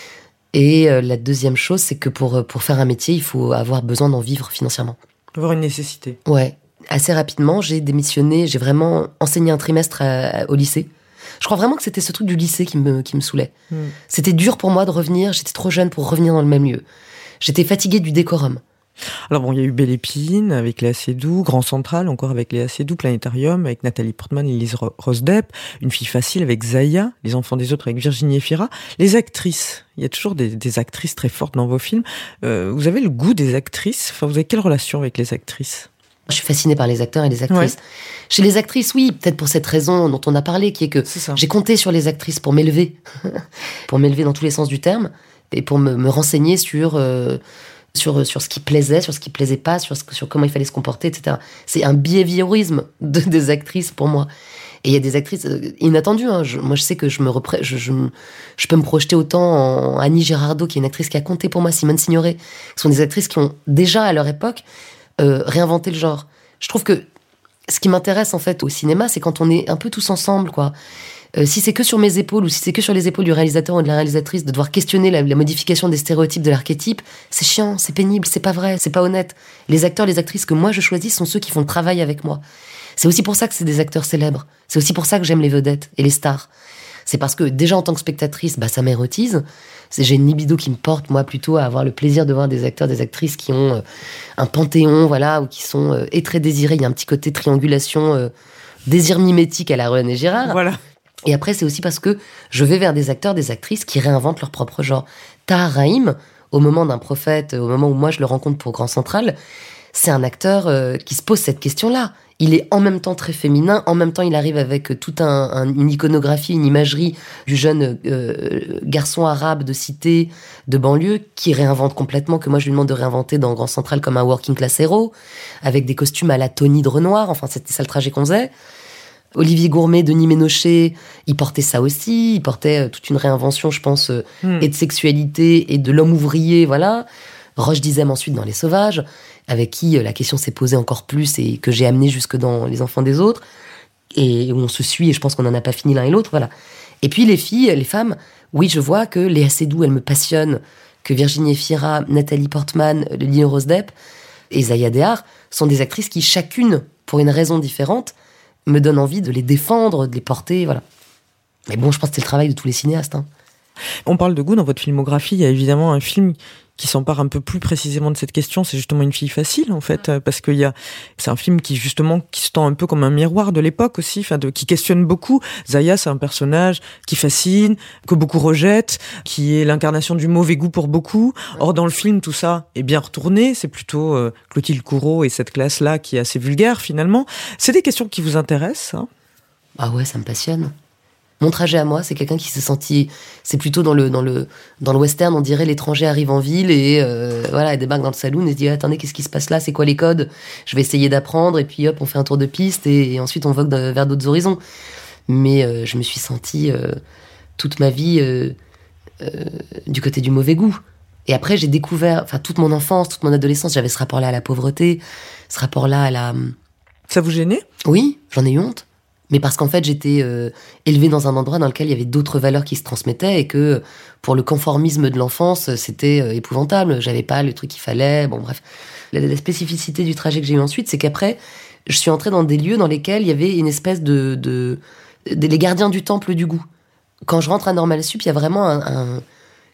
Et euh, la deuxième chose, c'est que pour, pour faire un métier, il faut avoir besoin d'en vivre financièrement. Avoir une nécessité. Ouais. Assez rapidement, j'ai démissionné, j'ai vraiment enseigné un trimestre à, à, au lycée. Je crois vraiment que c'était ce truc du lycée qui me, qui me saoulait. Mm. C'était dur pour moi de revenir, j'étais trop jeune pour revenir dans le même lieu. J'étais fatiguée du décorum. Alors bon, il y a eu Belle Épine avec Léa Seydoux, Grand Central encore avec Léa Seydoux, Planétarium avec Nathalie Portman et Lise Rosdepp, Une fille facile avec Zaya, Les enfants des autres avec Virginie Efira. Les actrices, il y a toujours des, des actrices très fortes dans vos films. Euh, vous avez le goût des actrices ? Enfin, vous avez quelle relation avec les actrices ? Je suis fascinée par les acteurs et les actrices. Ouais. Chez les actrices, oui, peut-être pour cette raison dont on a parlé, qui est que C'est j'ai compté sur les actrices pour m'élever, pour m'élever dans tous les sens du terme, et pour me, me renseigner sur... Euh, Sur, sur ce qui plaisait, sur ce qui plaisait pas, sur, ce, sur comment il fallait se comporter, et cetera. C'est un behaviorisme de, des actrices pour moi. Et il y a des actrices euh, inattendues. Hein. Je, moi, je sais que je, me repré- je, je, je peux me projeter autant en Annie Girardot, qui est une actrice qui a compté pour moi, Simone Signoret, qui sont des actrices qui ont déjà, à leur époque, euh, réinventé le genre. Je trouve que ce qui m'intéresse, en fait, au cinéma, c'est quand on est un peu tous ensemble, quoi. Euh, si c'est que sur mes épaules ou si c'est que sur les épaules du réalisateur ou de la réalisatrice de devoir questionner la, la modification des stéréotypes de l'archétype, c'est chiant, c'est pénible, c'est pas vrai, c'est pas honnête. Les acteurs, les actrices que moi je choisis sont ceux qui font le travail avec moi. C'est aussi pour ça que c'est des acteurs célèbres. C'est aussi pour ça que j'aime les vedettes et les stars. C'est parce que déjà en tant que spectatrice, bah ça m'érotise. C'est, j'ai une libido qui me porte moi plutôt à avoir le plaisir de voir des acteurs, des actrices qui ont euh, un panthéon, voilà, ou qui sont euh, et très désirés. Il y a un petit côté triangulation, euh, désir mimétique à la René Girard. Voilà. Et après, c'est aussi parce que je vais vers des acteurs, des actrices qui réinventent leur propre genre. Tahar Rahim, au moment d'un prophète, au moment où moi je le rencontre pour Grand Central, c'est un acteur euh, qui se pose cette question-là. Il est en même temps très féminin, en même temps il arrive avec toute un, un, une iconographie, une imagerie du jeune euh, garçon arabe de cité, de banlieue, qui réinvente complètement, que moi je lui demande de réinventer dans Grand Central comme un working class hero, avec des costumes à la Tony de Renoir, enfin c'était ça le trajet qu'on faisait. Olivier Gourmet, Denis Ménochet, ils portaient ça aussi, ils portaient toute une réinvention, je pense, euh, mm. et de sexualité, et de l'homme ouvrier, voilà. Roche Dizem ensuite dans Les Sauvages, avec qui euh, la question s'est posée encore plus, et que j'ai amené jusque dans Les Enfants des autres, et où on se suit, et je pense qu'on n'en a pas fini l'un et l'autre, voilà. Et puis les filles, les femmes, oui, je vois que Léa Seydoux, elle me passionne, que Virginie Efira, Nathalie Portman, Lily Rosdepp et Zaya Dehar sont des actrices qui, chacune, pour une raison différente, me donne envie de les défendre, de les porter, voilà. Mais bon, je pense que c'est le travail de tous les cinéastes. Hein. On parle de goût dans votre filmographie. Il y a évidemment un film qui s'empare un peu plus précisément de cette question. C'est justement Une fille facile, en fait, parce qu'il y a, c'est un film qui justement qui se tend un peu comme un miroir de l'époque aussi, enfin, de, qui questionne beaucoup. Zaya, c'est un personnage qui fascine, que beaucoup rejettent, qui est l'incarnation du mauvais goût pour beaucoup. Or, dans le film, tout ça est bien retourné. C'est plutôt euh, Clotilde Courreau et cette classe-là qui est assez vulgaire, finalement. C'est des questions qui vous intéressent, hein ? Ah ouais, ça me passionne. Mon trajet à moi, c'est quelqu'un qui s'est senti... C'est plutôt dans le, dans le, dans le western, on dirait l'étranger arrive en ville et euh, voilà, il débarque dans le saloon et se dit « Attendez, qu'est-ce qui se passe là ? C'est quoi les codes ? Je vais essayer d'apprendre. » Et puis hop, on fait un tour de piste et, et ensuite on vogue de, vers d'autres horizons. Mais euh, je me suis sentie euh, toute ma vie euh, euh, du côté du mauvais goût. Et après, j'ai découvert... Enfin, toute mon enfance, toute mon adolescence, j'avais ce rapport-là à la pauvreté, ce rapport-là à la... Ça vous gênait ? Oui, j'en ai eu honte. Mais parce qu'en fait, j'étais euh, élevée dans un endroit dans lequel il y avait d'autres valeurs qui se transmettaient et que pour le conformisme de l'enfance, c'était euh, épouvantable. J'avais pas le truc qu'il fallait. Bon, bref. La, la spécificité du trajet que j'ai eu ensuite, c'est qu'après, je suis entrée dans des lieux dans lesquels il y avait une espèce de... de, de les gardiens du temple du goût. Quand je rentre à Normal Sup, il y a vraiment un, un,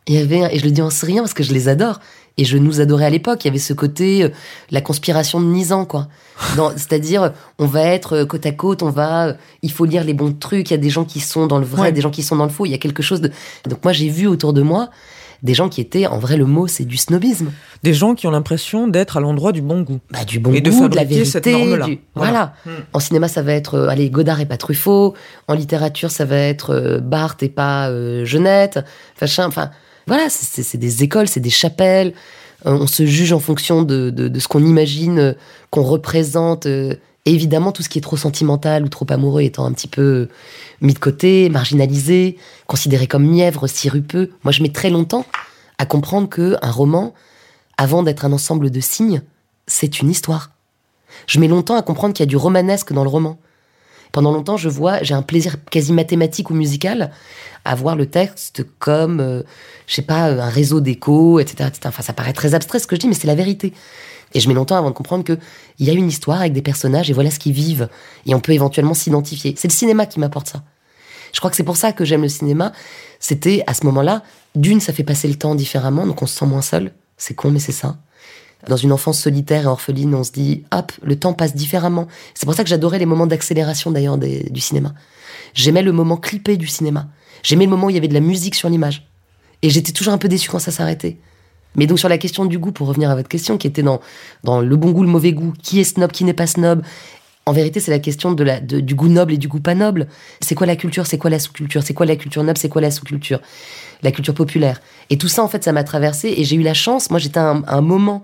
Il y avait, et je le dis en souriant parce que je les adore, et je nous adorais à l'époque, il y avait ce côté, euh, la conspiration de Nizan, quoi. Dans, c'est-à-dire, on va être euh, côte à côte, on va, euh, il faut lire les bons trucs, il y a des gens qui sont dans le vrai, Ouais. des gens qui sont dans le faux, il y a quelque chose de... Donc moi, j'ai vu autour de moi des gens qui étaient, en vrai, le mot, c'est du snobisme. Des gens qui ont l'impression d'être à l'endroit du bon goût. Bah, du bon Et de goût, de la fabriquer cette vérité. norme-là. Du... Voilà. Voilà. Mm. En cinéma, ça va être, euh, allez, Godard et pas Truffaut. En littérature, ça va être euh, Barthes et pas euh, Genette. Enfin, enfin, voilà, c'est, c'est, c'est des écoles, c'est des chapelles. Euh, on se juge en fonction de, de, de ce qu'on imagine, euh, qu'on représente. Euh, et évidemment, tout ce qui est trop sentimental ou trop amoureux étant un petit peu mis de côté, marginalisé, considéré comme mièvre, sirupeux. Moi, je mets très longtemps à comprendre qu'un roman, avant d'être un ensemble de signes, c'est une histoire. Je mets longtemps à comprendre qu'il y a du romanesque dans le roman. Pendant longtemps, je vois, j'ai un plaisir quasi mathématique ou musical à voir le texte comme, euh, je sais pas, un réseau d'échos, et cetera, et cetera. Enfin, ça paraît très abstrait ce que je dis, mais c'est la vérité. Et je mets longtemps avant de comprendre qu'il y a une histoire avec des personnages et voilà ce qu'ils vivent. Et on peut éventuellement s'identifier. C'est le cinéma qui m'apporte ça. Je crois que c'est pour ça que j'aime le cinéma. C'était, à ce moment-là, d'une, ça fait passer le temps différemment, donc on se sent moins seul. C'est con, mais c'est ça. Dans une enfance solitaire et orpheline, on se dit, hop, le temps passe différemment. C'est pour ça que j'adorais les moments d'accélération, d'ailleurs, des, du cinéma. J'aimais le moment clippé du cinéma. J'aimais le moment où il y avait de la musique sur l'image. Et j'étais toujours un peu déçu quand ça s'arrêtait. Mais donc, sur la question du goût, pour revenir à votre question, qui était dans, dans le bon goût, le mauvais goût, qui est snob, qui n'est pas snob, en vérité, c'est la question de la, de, du goût noble et du goût pas noble. C'est quoi la culture, c'est quoi la sous-culture, c'est quoi la culture noble, c'est quoi la sous-culture, la culture populaire. Et tout ça, en fait, ça m'a traversé. Et j'ai eu la chance, moi, j'étais à un, à un moment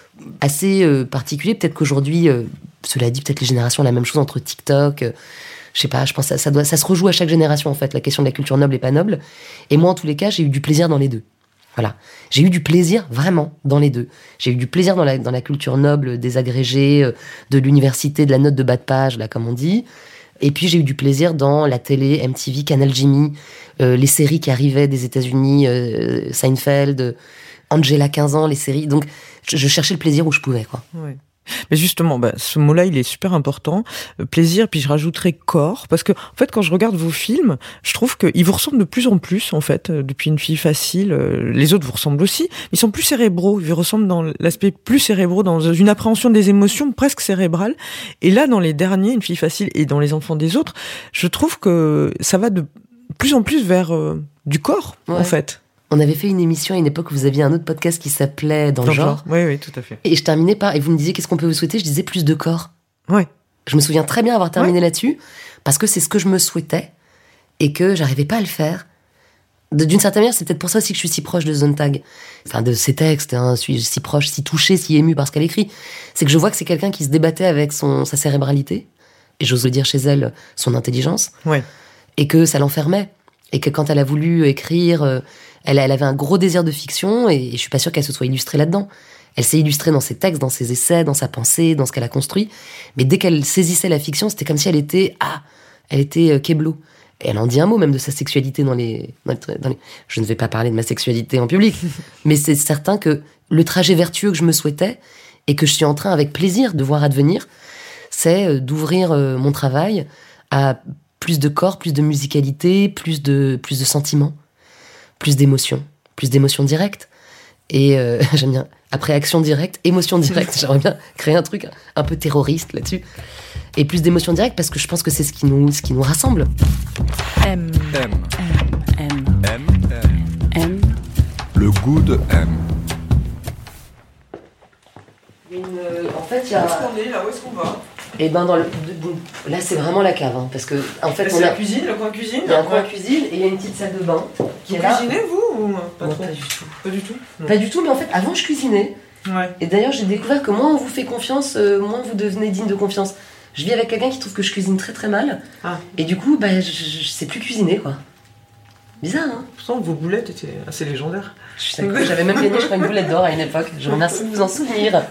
assez euh, particulier. Peut-être qu'aujourd'hui, euh, cela dit, peut-être les générations ont la même chose entre TikTok. Euh, je sais pas, je pense que ça, ça, doit, ça se rejoue à chaque génération, en fait, la question de la culture noble et pas noble. Et moi, en tous les cas, j'ai eu du plaisir dans les deux. Voilà. J'ai eu du plaisir, vraiment, dans les deux. J'ai eu du plaisir dans la, dans la culture noble des agrégés, euh, de l'université, de la note de bas de page, là, comme on dit. Et puis, j'ai eu du plaisir dans la télé, M T V, Canal Jimmy, euh, les séries qui arrivaient des États-Unis, euh, Seinfeld, Angela, quinze ans, les séries. Donc, je, je cherchais le plaisir où je pouvais, quoi. Ouais. Mais justement, bah, ce mot-là, il est super important. Euh, plaisir, puis je rajouterais corps. Parce que, en fait, quand je regarde vos films, je trouve qu'ils vous ressemblent de plus en plus, en fait, euh, depuis Une fille facile. Euh, les autres vous ressemblent aussi. Ils sont plus cérébraux. Ils vous ressemblent dans l'aspect plus cérébraux, dans une appréhension des émotions presque cérébrale. Et là, dans les derniers, Une fille facile et dans Les enfants des autres, je trouve que ça va de plus en plus vers euh, du corps, Ouais. en fait. On avait fait une émission à une époque où vous aviez un autre podcast qui s'appelait Dans, Dans le le genre. genre. Oui, oui, tout à fait. Et je terminais par, et vous me disiez qu'est-ce qu'on peut vous souhaiter, je disais plus de corps. Ouais. Je me souviens très bien avoir terminé là-dessus, parce que c'est ce que je me souhaitais, et que j'arrivais pas à le faire. De- D'une certaine manière, c'est peut-être pour ça aussi que je suis si proche de Zontag. Enfin, de ses textes, hein, je suis si proche, si touché, si ému par ce qu'elle écrit. C'est que je vois que c'est quelqu'un qui se débattait avec son, sa cérébralité, et j'ose le dire chez elle, son intelligence, Ouais. et que ça l'enfermait. Et que quand elle a voulu écrire, euh, elle, elle avait un gros désir de fiction, et, et je suis pas sûre qu'elle se soit illustrée là-dedans. Elle s'est illustrée dans ses textes, dans ses essais, dans sa pensée, dans ce qu'elle a construit. Mais dès qu'elle saisissait la fiction, c'était comme si elle était, ah, elle était euh, Keblo. Et elle en dit un mot même de sa sexualité dans les, dans les, dans les... Je ne vais pas parler de ma sexualité en public, mais c'est certain que le trajet vertueux que je me souhaitais, et que je suis en train avec plaisir de voir advenir, c'est euh, d'ouvrir euh, mon travail à plus de corps, plus de musicalité, plus de, plus de sentiments, plus d'émotions, plus d'émotions directes. Et euh, j'aime bien, après action directe, émotion directe, j'aimerais bien créer un truc un peu terroriste là-dessus. Et plus d'émotions directes parce que je pense que c'est ce qui nous, ce qui nous rassemble. M, M. M, M, M. M. M. Le goût de M. Une, en fait, il y a... est là? Où est-ce qu'on va? Et ben dans le, là, c'est vraiment la cave, hein, parce que en fait, on a, cuisine, le coin cuisine. il y a un coin cuisine et il y a une petite salle de bain qui est là. vous ou pas Non, trop? pas du tout. Pas du tout. Pas du tout, mais en fait, avant, je cuisinais. Ouais. Et d'ailleurs, j'ai découvert que moins on vous fait confiance, euh, moins vous devenez digne de confiance. Je vis avec quelqu'un qui trouve que je cuisine très très mal. Ah. Et du coup, bah, je, je, je sais plus cuisiner, quoi. Bizarre, hein? Pourtant, vos boulettes étaient assez légendaires. Je suis d'accord, j'avais même gagné, je crois, une boulette d'or à une époque. Je vous remercie de vous en souvenir.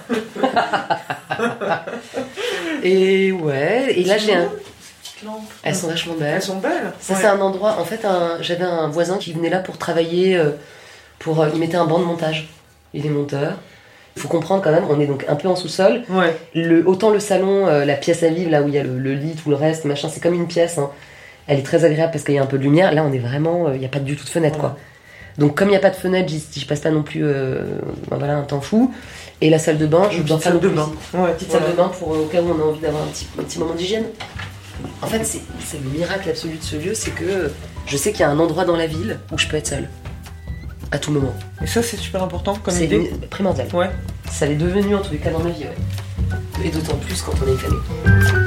Et ouais, et là, j'ai un... Elles sont vachement belles. Elles sont belles. Ça, c'est un endroit... En fait, un... j'avais un voisin qui venait là pour travailler, euh, pour... euh, il mettait un banc de montage. Il est monteur. Il faut comprendre quand même, on est donc un peu en sous-sol. Ouais. Le, autant le salon, euh, la pièce à vivre, là où il y a le, le lit, tout le reste, machin, c'est comme une pièce. Hein. Elle est très agréable parce qu'il y a un peu de lumière. Là, on est vraiment... Il euh, n'y a pas du tout de fenêtre, Voilà. quoi. Donc comme il n'y a pas de fenêtre, j'y, j'y passe pas non plus euh, ben voilà, un temps fou. Et la salle de bain, je ne dors pas non plus. bain. Ouais, petite voilà. salle de bain pour euh, au cas où on a envie d'avoir un petit, un petit moment d'hygiène. En fait, c'est, c'est le miracle absolu de ce lieu, c'est que je sais qu'il y a un endroit dans la ville où je peux être seule. À tout moment. Et ça, c'est super important comme c'est idée. C'est primordial. Ouais. Ça l'est devenu en tous les cas dans ma vie, ouais. Et d'autant plus quand on a une famille.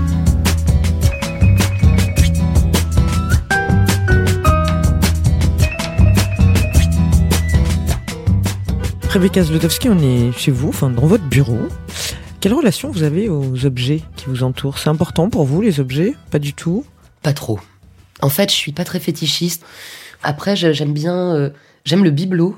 Rebecca Zlotowski, on est chez vous, enfin dans votre bureau. Quelle relation vous avez aux objets qui vous entourent ? C'est important pour vous, les objets ? Pas du tout ? Pas trop. En fait, je suis pas très fétichiste. Après, j'aime bien... Euh, j'aime le bibelot.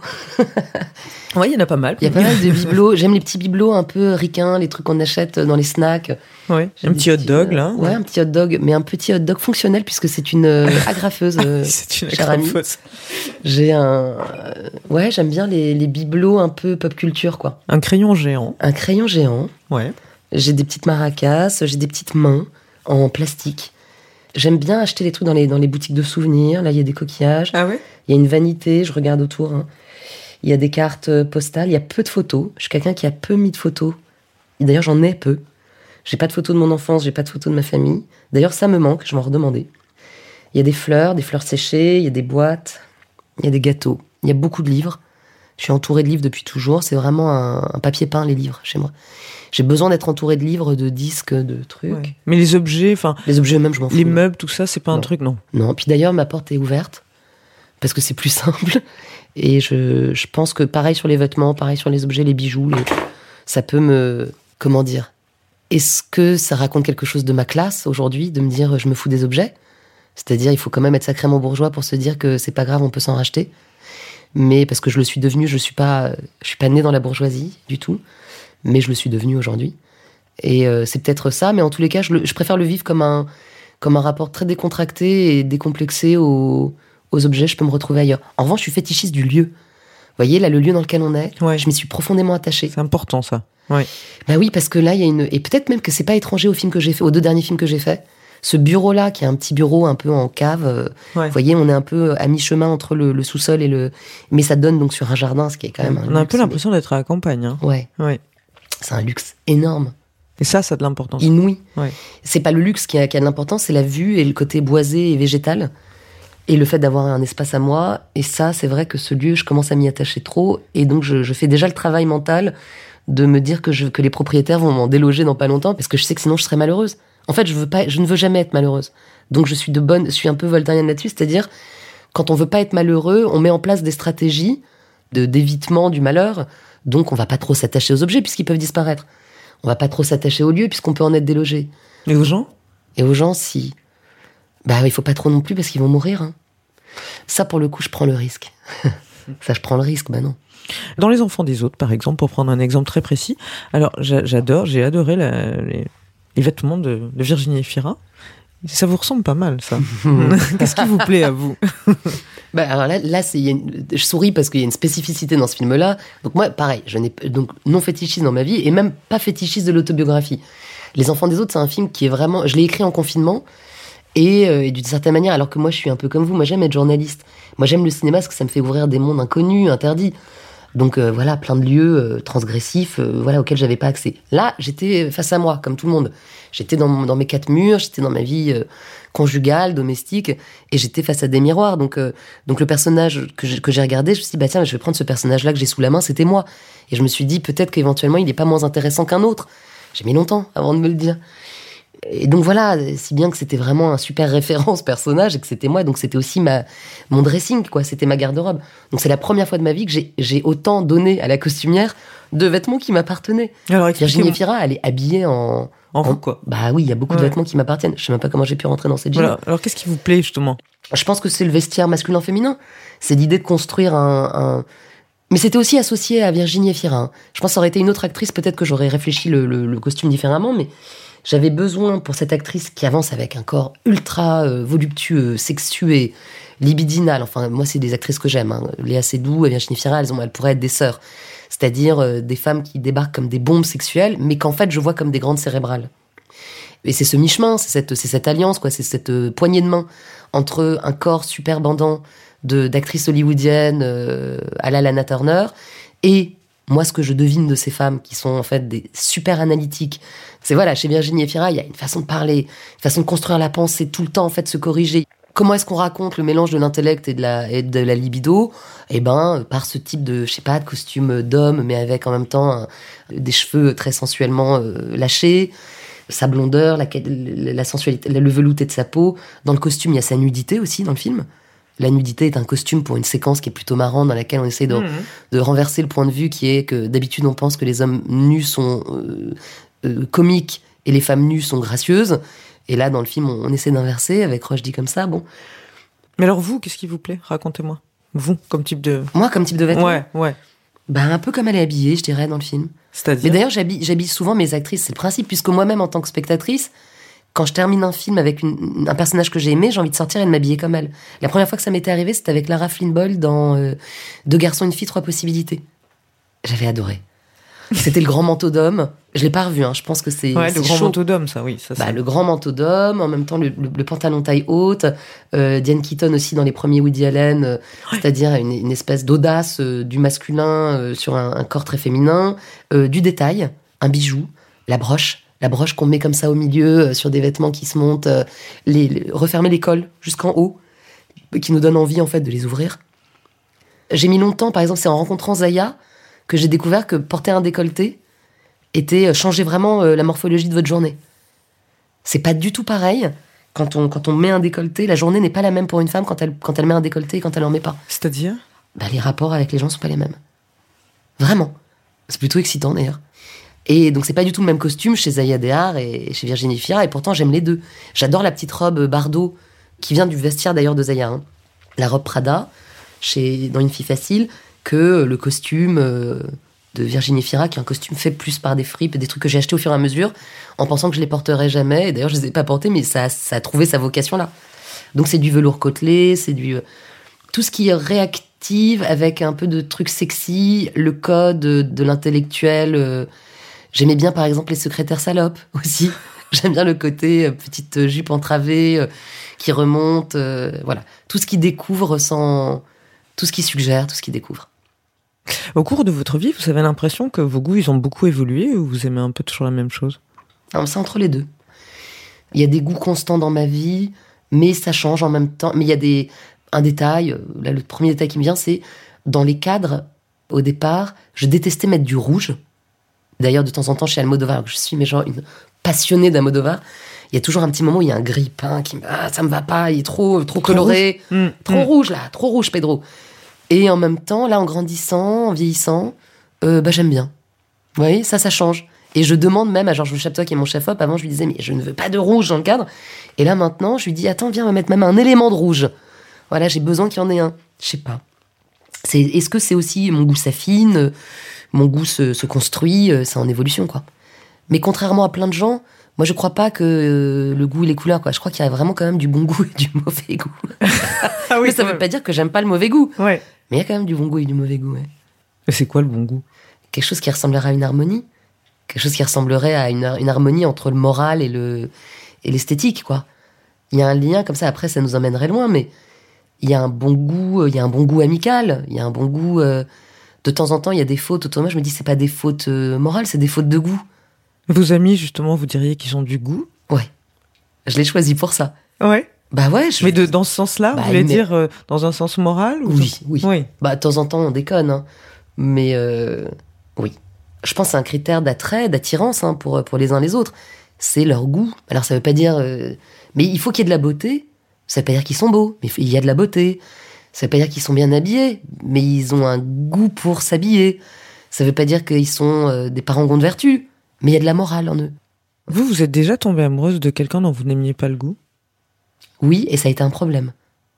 Ouais, il y en a pas mal. Il y a pas mal de bibelots. J'aime les petits bibelots un peu ricains, les trucs qu'on achète dans les snacks. Ouais, un petit hot dog, là. Ouais, un petit hot dog, mais un petit hot dog fonctionnel, puisque c'est une euh, agrafeuse, euh, c'est une chère amie. J'ai un... Euh, ouais, j'aime bien les, les bibelots un peu pop culture, quoi. Un crayon géant. Un crayon géant. Ouais. J'ai des petites maracas, j'ai des petites mains en plastique. J'aime bien acheter les trucs dans les, dans les boutiques de souvenirs. Là, il y a des coquillages. Ah ouais ? Il y a une vanité, je regarde autour. Hein. Il y a des cartes postales, il y a peu de photos. Je suis quelqu'un qui a peu mis de photos. Et d'ailleurs, j'en ai peu. J'ai pas de photos de mon enfance, j'ai pas de photos de ma famille. D'ailleurs, ça me manque, je m'en redemandais. Il y a des fleurs, des fleurs séchées, il y a des boîtes, il y a des gâteaux. Il y a beaucoup de livres. Je suis entourée de livres depuis toujours. C'est vraiment un, un papier peint, les livres, chez moi. J'ai besoin d'être entourée de livres, de disques, de trucs. Ouais. Mais les objets, enfin... Les objets eux-mêmes, je m'en fous. Les meubles, tout ça, c'est pas non. un truc, non ? Non, puis d'ailleurs, ma porte est ouverte. Parce que c'est plus simple. Et je, je pense que pareil sur les vêtements, pareil sur les objets, les bijoux, les... ça peut me... Comment dire ? Est-ce que ça raconte quelque chose de ma classe aujourd'hui, de me dire je me fous des objets ? C'est-à-dire, il faut quand même être sacrément bourgeois pour se dire que c'est pas grave, on peut s'en racheter. Mais parce que je le suis devenu, je suis pas, je suis pas née dans la bourgeoisie du tout, mais je le suis devenu aujourd'hui. Et euh, c'est peut-être ça, mais en tous les cas, je, le, je préfère le vivre comme un, comme un rapport très décontracté et décomplexé aux, aux objets. Je peux me retrouver ailleurs. En revanche, je suis fétichiste du lieu. Vous voyez, là, le lieu dans lequel on est, ouais. Je m'y suis profondément attachée. C'est important, ça. Ouais. Bah oui, parce que là, il y a une... Et peut-être même que c'est pas étranger au film que j'ai fait, aux deux derniers films que j'ai faits. Ce bureau-là, qui est un petit bureau un peu en cave, euh, ouais. Vous voyez, on est un peu à mi-chemin entre le, le sous-sol et le... Mais ça donne donc sur un jardin, ce qui est quand même un On luxe, a un peu mais... l'impression d'être à la campagne. Hein. Ouais. ouais. C'est un luxe énorme. Et ça, ça a de l'importance. Inouï. Ouais. C'est pas le luxe qui a, qui a de l'importance, c'est la vue et le côté boisé et végétal. Et le fait d'avoir un espace à moi. Et ça, c'est vrai que ce lieu, je commence à m'y attacher trop. Et donc, je, je fais déjà le travail mental de me dire que, je, que les propriétaires vont m'en déloger dans pas longtemps, parce que je sais que sinon, je serais malheureuse. En fait, je, veux pas, je ne veux jamais être malheureuse. Donc, je suis de bonne, je suis un peu voltairienne là-dessus. C'est-à-dire, quand on veut pas être malheureux, on met en place des stratégies de, d'évitement du malheur. Donc, on va pas trop s'attacher aux objets, puisqu'ils peuvent disparaître. On va pas trop s'attacher aux lieux, puisqu'on peut en être délogé. Et aux gens ? Et aux gens, si... Bah, il faut pas trop non plus, parce qu'ils vont mourir. Hein. Ça, pour le coup, je prends le risque. Ça, je prends le risque, bah non. Dans Les Enfants des Autres, par exemple, pour prendre un exemple très précis, alors j'adore, j'ai adoré la, les, les vêtements de, de Virginie Efira. Ça vous ressemble pas mal, ça. Qu'est-ce qui vous plaît à vous ? Bah alors là, là c'est, y a une, je souris parce qu'il y a une spécificité dans ce film-là. Donc moi, pareil, je n'ai donc non fétichiste dans ma vie et même pas fétichiste de l'autobiographie. Les Enfants des Autres, c'est un film qui est vraiment... Je l'ai écrit en confinement et, euh, et d'une certaine manière, alors que moi, je suis un peu comme vous. Moi, j'aime être journaliste. Moi, j'aime le cinéma parce que ça me fait ouvrir des mondes inconnus, interdits. Donc euh, voilà, plein de lieux euh, transgressifs, euh, voilà, auxquels j'avais pas accès. Là, j'étais face à moi, comme tout le monde. J'étais dans, dans mes quatre murs, j'étais dans ma vie euh, conjugale, domestique, et j'étais face à des miroirs. Donc, euh, donc le personnage que j'ai, que j'ai regardé, je me suis dit, bah tiens, je vais prendre ce personnage-là que j'ai sous la main, c'était moi. Et je me suis dit, peut-être qu'éventuellement, il n'est pas moins intéressant qu'un autre. J'ai mis longtemps avant de me le dire. Et donc voilà, si bien que c'était vraiment un super référent, ce personnage, et que c'était moi, donc c'était aussi ma, mon dressing, quoi, c'était ma garde-robe. Donc c'est la première fois de ma vie que j'ai, j'ai autant donné à la costumière de vêtements qui m'appartenaient. Alors, Virginie Efira, elle est habillée en... En vous, quoi. Bah oui, il y a beaucoup ouais. de vêtements qui m'appartiennent. Je sais même pas comment j'ai pu rentrer dans cette jeans. Voilà. Alors qu'est-ce qui vous plaît, justement ? Je pense que c'est le vestiaire masculin-féminin. C'est l'idée de construire un... un... Mais c'était aussi associé à Virginie Efira. Hein. Je pense que ça aurait été une autre actrice, peut-être que j'aurais réfléchi le, le, le costume différemment, mais... J'avais besoin, pour cette actrice qui avance avec un corps ultra euh, voluptueux, sexué, libidinal, enfin, moi, c'est des actrices que j'aime. Hein. Léa Seydoux et Virginie Efira, elles, ont, elles pourraient être des sœurs. C'est-à-dire euh, des femmes qui débarquent comme des bombes sexuelles, mais qu'en fait, je vois comme des grandes cérébrales. Et c'est ce mi-chemin, c'est cette, c'est cette alliance, quoi, c'est cette euh, poignée de main entre un corps super bandant, de, d'actrices hollywoodiennes euh, à la Lana Turner. Et moi, ce que je devine de ces femmes qui sont en fait des super analytiques, c'est voilà, chez Virginie Efira, il y a une façon de parler, une façon de construire la pensée, tout le temps en fait se corriger. Comment est-ce qu'on raconte le mélange de l'intellect et de la, et de la libido ? Eh ben, par ce type de, je sais pas, de costume d'homme, mais avec en même temps un, des cheveux très sensuellement euh, lâchés, sa blondeur, la, la sensualité, le velouté de sa peau. Dans le costume, il y a sa nudité aussi dans le film. La nudité est un costume pour une séquence qui est plutôt marrante, dans laquelle on essaie de, mmh. de renverser le point de vue qui est que d'habitude on pense que les hommes nus sont euh, euh, comiques et les femmes nues sont gracieuses. Et là, dans le film, on, on essaie d'inverser avec Roche dit comme ça. Bon. Mais alors vous, qu'est-ce qui vous plaît ? Racontez-moi. Vous, comme type de... Moi, comme type de vêtements ? Ouais, ouais. Bah, un peu comme elle est habillée, je dirais, dans le film. C'est-à-dire ? Mais d'ailleurs, j'habille, j'habille souvent mes actrices, c'est le principe, puisque moi-même, en tant que spectatrice, quand je termine un film avec une, un personnage que j'ai aimé, j'ai envie de sortir et de m'habiller comme elle. La première fois que ça m'était arrivé, c'était avec Lara Flynn Boyle dans euh, Deux garçons, une fille, trois possibilités. J'avais adoré. C'était le grand manteau d'homme. Je l'ai pas revu, hein. Je pense que c'est, ouais, c'est le grand chaud. manteau d'homme, ça, oui. Ça, bah, ça... Le grand manteau d'homme, en même temps le, le, le pantalon taille haute. Euh, Diane Keaton aussi dans les premiers Woody Allen, euh, ouais. C'est-à-dire une, une espèce d'audace euh, du masculin euh, sur un, un corps très féminin, euh, du détail, un bijou, la broche, la broche qu'on met comme ça au milieu euh, sur des vêtements qui se montent, euh, les, les, refermer les cols jusqu'en haut, qui nous donne envie en fait de les ouvrir. J'ai mis longtemps, par exemple, c'est en rencontrant Zaya que j'ai découvert que porter un décolleté était changer vraiment euh, la morphologie de votre journée. C'est pas du tout pareil. Quand on, quand on met un décolleté, la journée n'est pas la même pour une femme quand elle, quand elle met un décolleté et quand elle en met pas. C'est-à-dire ? Bah, les rapports avec les gens sont pas les mêmes. Vraiment. C'est plutôt excitant d'ailleurs. Et donc c'est pas du tout le même costume chez Zaya Dehar et chez Virginie Efira, et pourtant j'aime les deux. J'adore la petite robe Bardot, qui vient du vestiaire d'ailleurs de Zaya. Hein. La robe Prada, chez, dans Une fille facile, que le costume... Euh, de Virginie Efira, qui est un costume fait plus par des fripes, des trucs que j'ai achetés au fur et à mesure, en pensant que je les porterais jamais. Et d'ailleurs, je les ai pas portés, mais ça, ça a trouvé sa vocation là. Donc c'est du velours côtelé, c'est du... Tout ce qui réactive avec un peu de trucs sexy, le code de l'intellectuel. Euh... J'aimais bien, par exemple, les secrétaires salopes aussi. J'aime bien le côté euh, petite jupe entravée euh, qui remonte. Euh, voilà. Tout ce qui découvre sans... Tout ce qui suggère, tout ce qui découvre. Au cours de votre vie, vous avez l'impression que vos goûts, ils ont beaucoup évolué ou vous aimez un peu toujours la même chose ? Non, c'est entre les deux. Il y a des goûts constants dans ma vie, mais ça change en même temps. Mais il y a des, un détail, là, le premier détail qui me vient, c'est dans les cadres, au départ, je détestais mettre du rouge. D'ailleurs, de temps en temps, chez Almodovar, je suis mais genre une passionnée d'Almodovar, il y a toujours un petit moment où il y a un gris peint qui me... Ah, ça me va pas, il est trop, trop coloré. Trop rouge, mmh. trop mmh. rouge là, trop rouge, Pedro. Et en même temps, là, en grandissant, en vieillissant, euh, bah, j'aime bien. Vous voyez, ça, ça change. Et je demande même à Georges Chaptois, qui est mon chef-op, avant, je lui disais, mais je ne veux pas de rouge dans le cadre. Et là, maintenant, je lui dis, attends, viens, on va mettre même un élément de rouge. Voilà, j'ai besoin qu'il y en ait un. Je sais pas. C'est, est-ce que c'est aussi mon goût s'affine, mon goût se, se construit, c'est en évolution, quoi. Mais contrairement à plein de gens, moi, je crois pas que le goût et les couleurs, quoi. Je crois qu'il y a vraiment quand même du bon goût et du mauvais goût. Ah oui, mais ça veut pas dire que j'aime pas le mauvais goût. Ouais. Mais il y a quand même du bon goût et du mauvais goût, ouais. Et c'est quoi le bon goût ? Quelque chose qui ressemblerait à une harmonie. Quelque chose qui ressemblerait à une, une harmonie entre le moral et, le, et l'esthétique, quoi. Il y a un lien comme ça, après ça nous emmènerait loin, mais il y a un bon goût, il y a un bon goût amical, il y a un bon goût... Euh, de temps en temps, il y a des fautes autour de moi, je me dis, c'est pas des fautes euh, morales, c'est des fautes de goût. Vos amis, justement, vous diriez qu'ils ont du goût ? Ouais. Je l'ai choisi pour ça. Ouais. Bah ouais. Je... Mais de, dans ce sens-là, bah, vous voulez mais... dire euh, dans un sens moral ou Oui, oui, oui. Bah, de temps en temps, on déconne, hein. Mais euh, oui. Je pense que c'est un critère d'attrait, d'attirance, hein, pour, pour les uns les autres. C'est leur goût. Alors, ça veut pas dire... Euh... Mais il faut qu'il y ait de la beauté. Ça veut pas dire qu'ils sont beaux, mais il y a de la beauté. Ça veut pas dire qu'ils sont bien habillés, mais ils ont un goût pour s'habiller. Ça veut pas dire qu'ils sont euh, des parangons de vertu, mais il y a de la morale en eux. Vous, vous êtes déjà tombée amoureuse de quelqu'un dont vous n'aimiez pas le goût ? Oui, et ça a été un problème.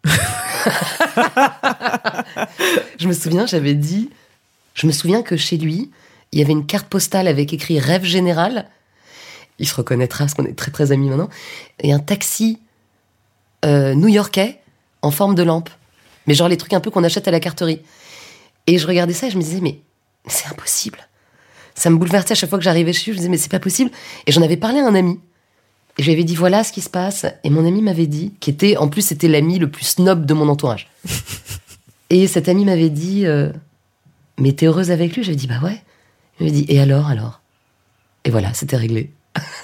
Je me souviens, j'avais dit... Je me souviens que chez lui, il y avait une carte postale avec écrit « Rêve général ». Il se reconnaîtra, parce qu'on est très très amis maintenant. Et un taxi euh, new-yorkais en forme de lampe. Mais genre les trucs un peu qu'on achète à la carterie. Et je regardais ça et je me disais, mais c'est impossible. Ça me bouleversait à chaque fois que j'arrivais chez lui. Je me disais, mais c'est pas possible. Et j'en avais parlé à un ami. Et j'avais dit, voilà ce qui se passe. Et mon ami m'avait dit, qui était, en plus, c'était l'ami le plus snob de mon entourage. Et cet ami m'avait dit, euh, mais t'es heureuse avec lui? J'avais dit, bah ouais. Il m'avait dit, et alors, alors? Et voilà, c'était réglé.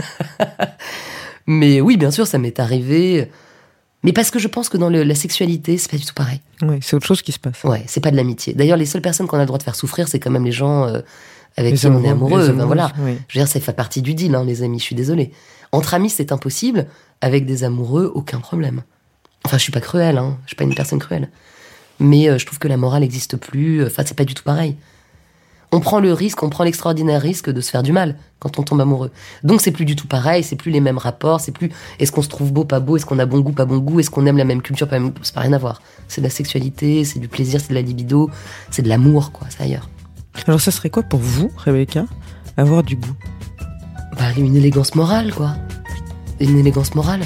Mais oui, bien sûr, ça m'est arrivé. Mais parce que je pense que dans le, la sexualité, c'est pas du tout pareil. Oui, c'est autre chose qui se passe. Ouais, c'est pas de l'amitié. D'ailleurs, les seules personnes qu'on a le droit de faire souffrir, c'est quand même les gens euh, avec Les qui on est amoureux, amoureux. les Ben amoureux, voilà. oui. Je veux dire, ça fait partie du deal, hein, les amis, je suis désolée. Entre amis, c'est impossible. Avec des amoureux, aucun problème. Enfin, je suis pas cruelle, hein. Je suis pas une personne cruelle. Mais euh, je trouve que la morale n'existe plus. Enfin, c'est pas du tout pareil. On prend le risque, on prend l'extraordinaire risque de se faire du mal quand on tombe amoureux. Donc c'est plus du tout pareil, c'est plus les mêmes rapports, c'est plus est-ce qu'on se trouve beau, pas beau, est-ce qu'on a bon goût, pas bon goût, est-ce qu'on aime la même culture, pas la même... C'est pas rien à voir. C'est de la sexualité, c'est du plaisir, c'est de la libido, c'est de l'amour, quoi, c'est ailleurs. Alors ça serait quoi pour vous, Rebecca, avoir du goût? Bah, une élégance morale, quoi. Une élégance morale.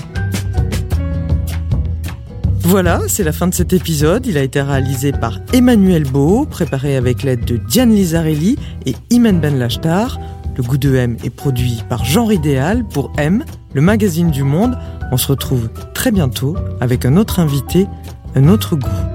Voilà, c'est la fin de cet épisode. Il a été réalisé par Emmanuel Beau, préparé avec l'aide de Diane Lizarelli et Imen Ben Lachtar. Le Goût de M est produit par Genre Idéal pour M, le magazine du Monde. On se retrouve très bientôt avec un autre invité, un autre goût.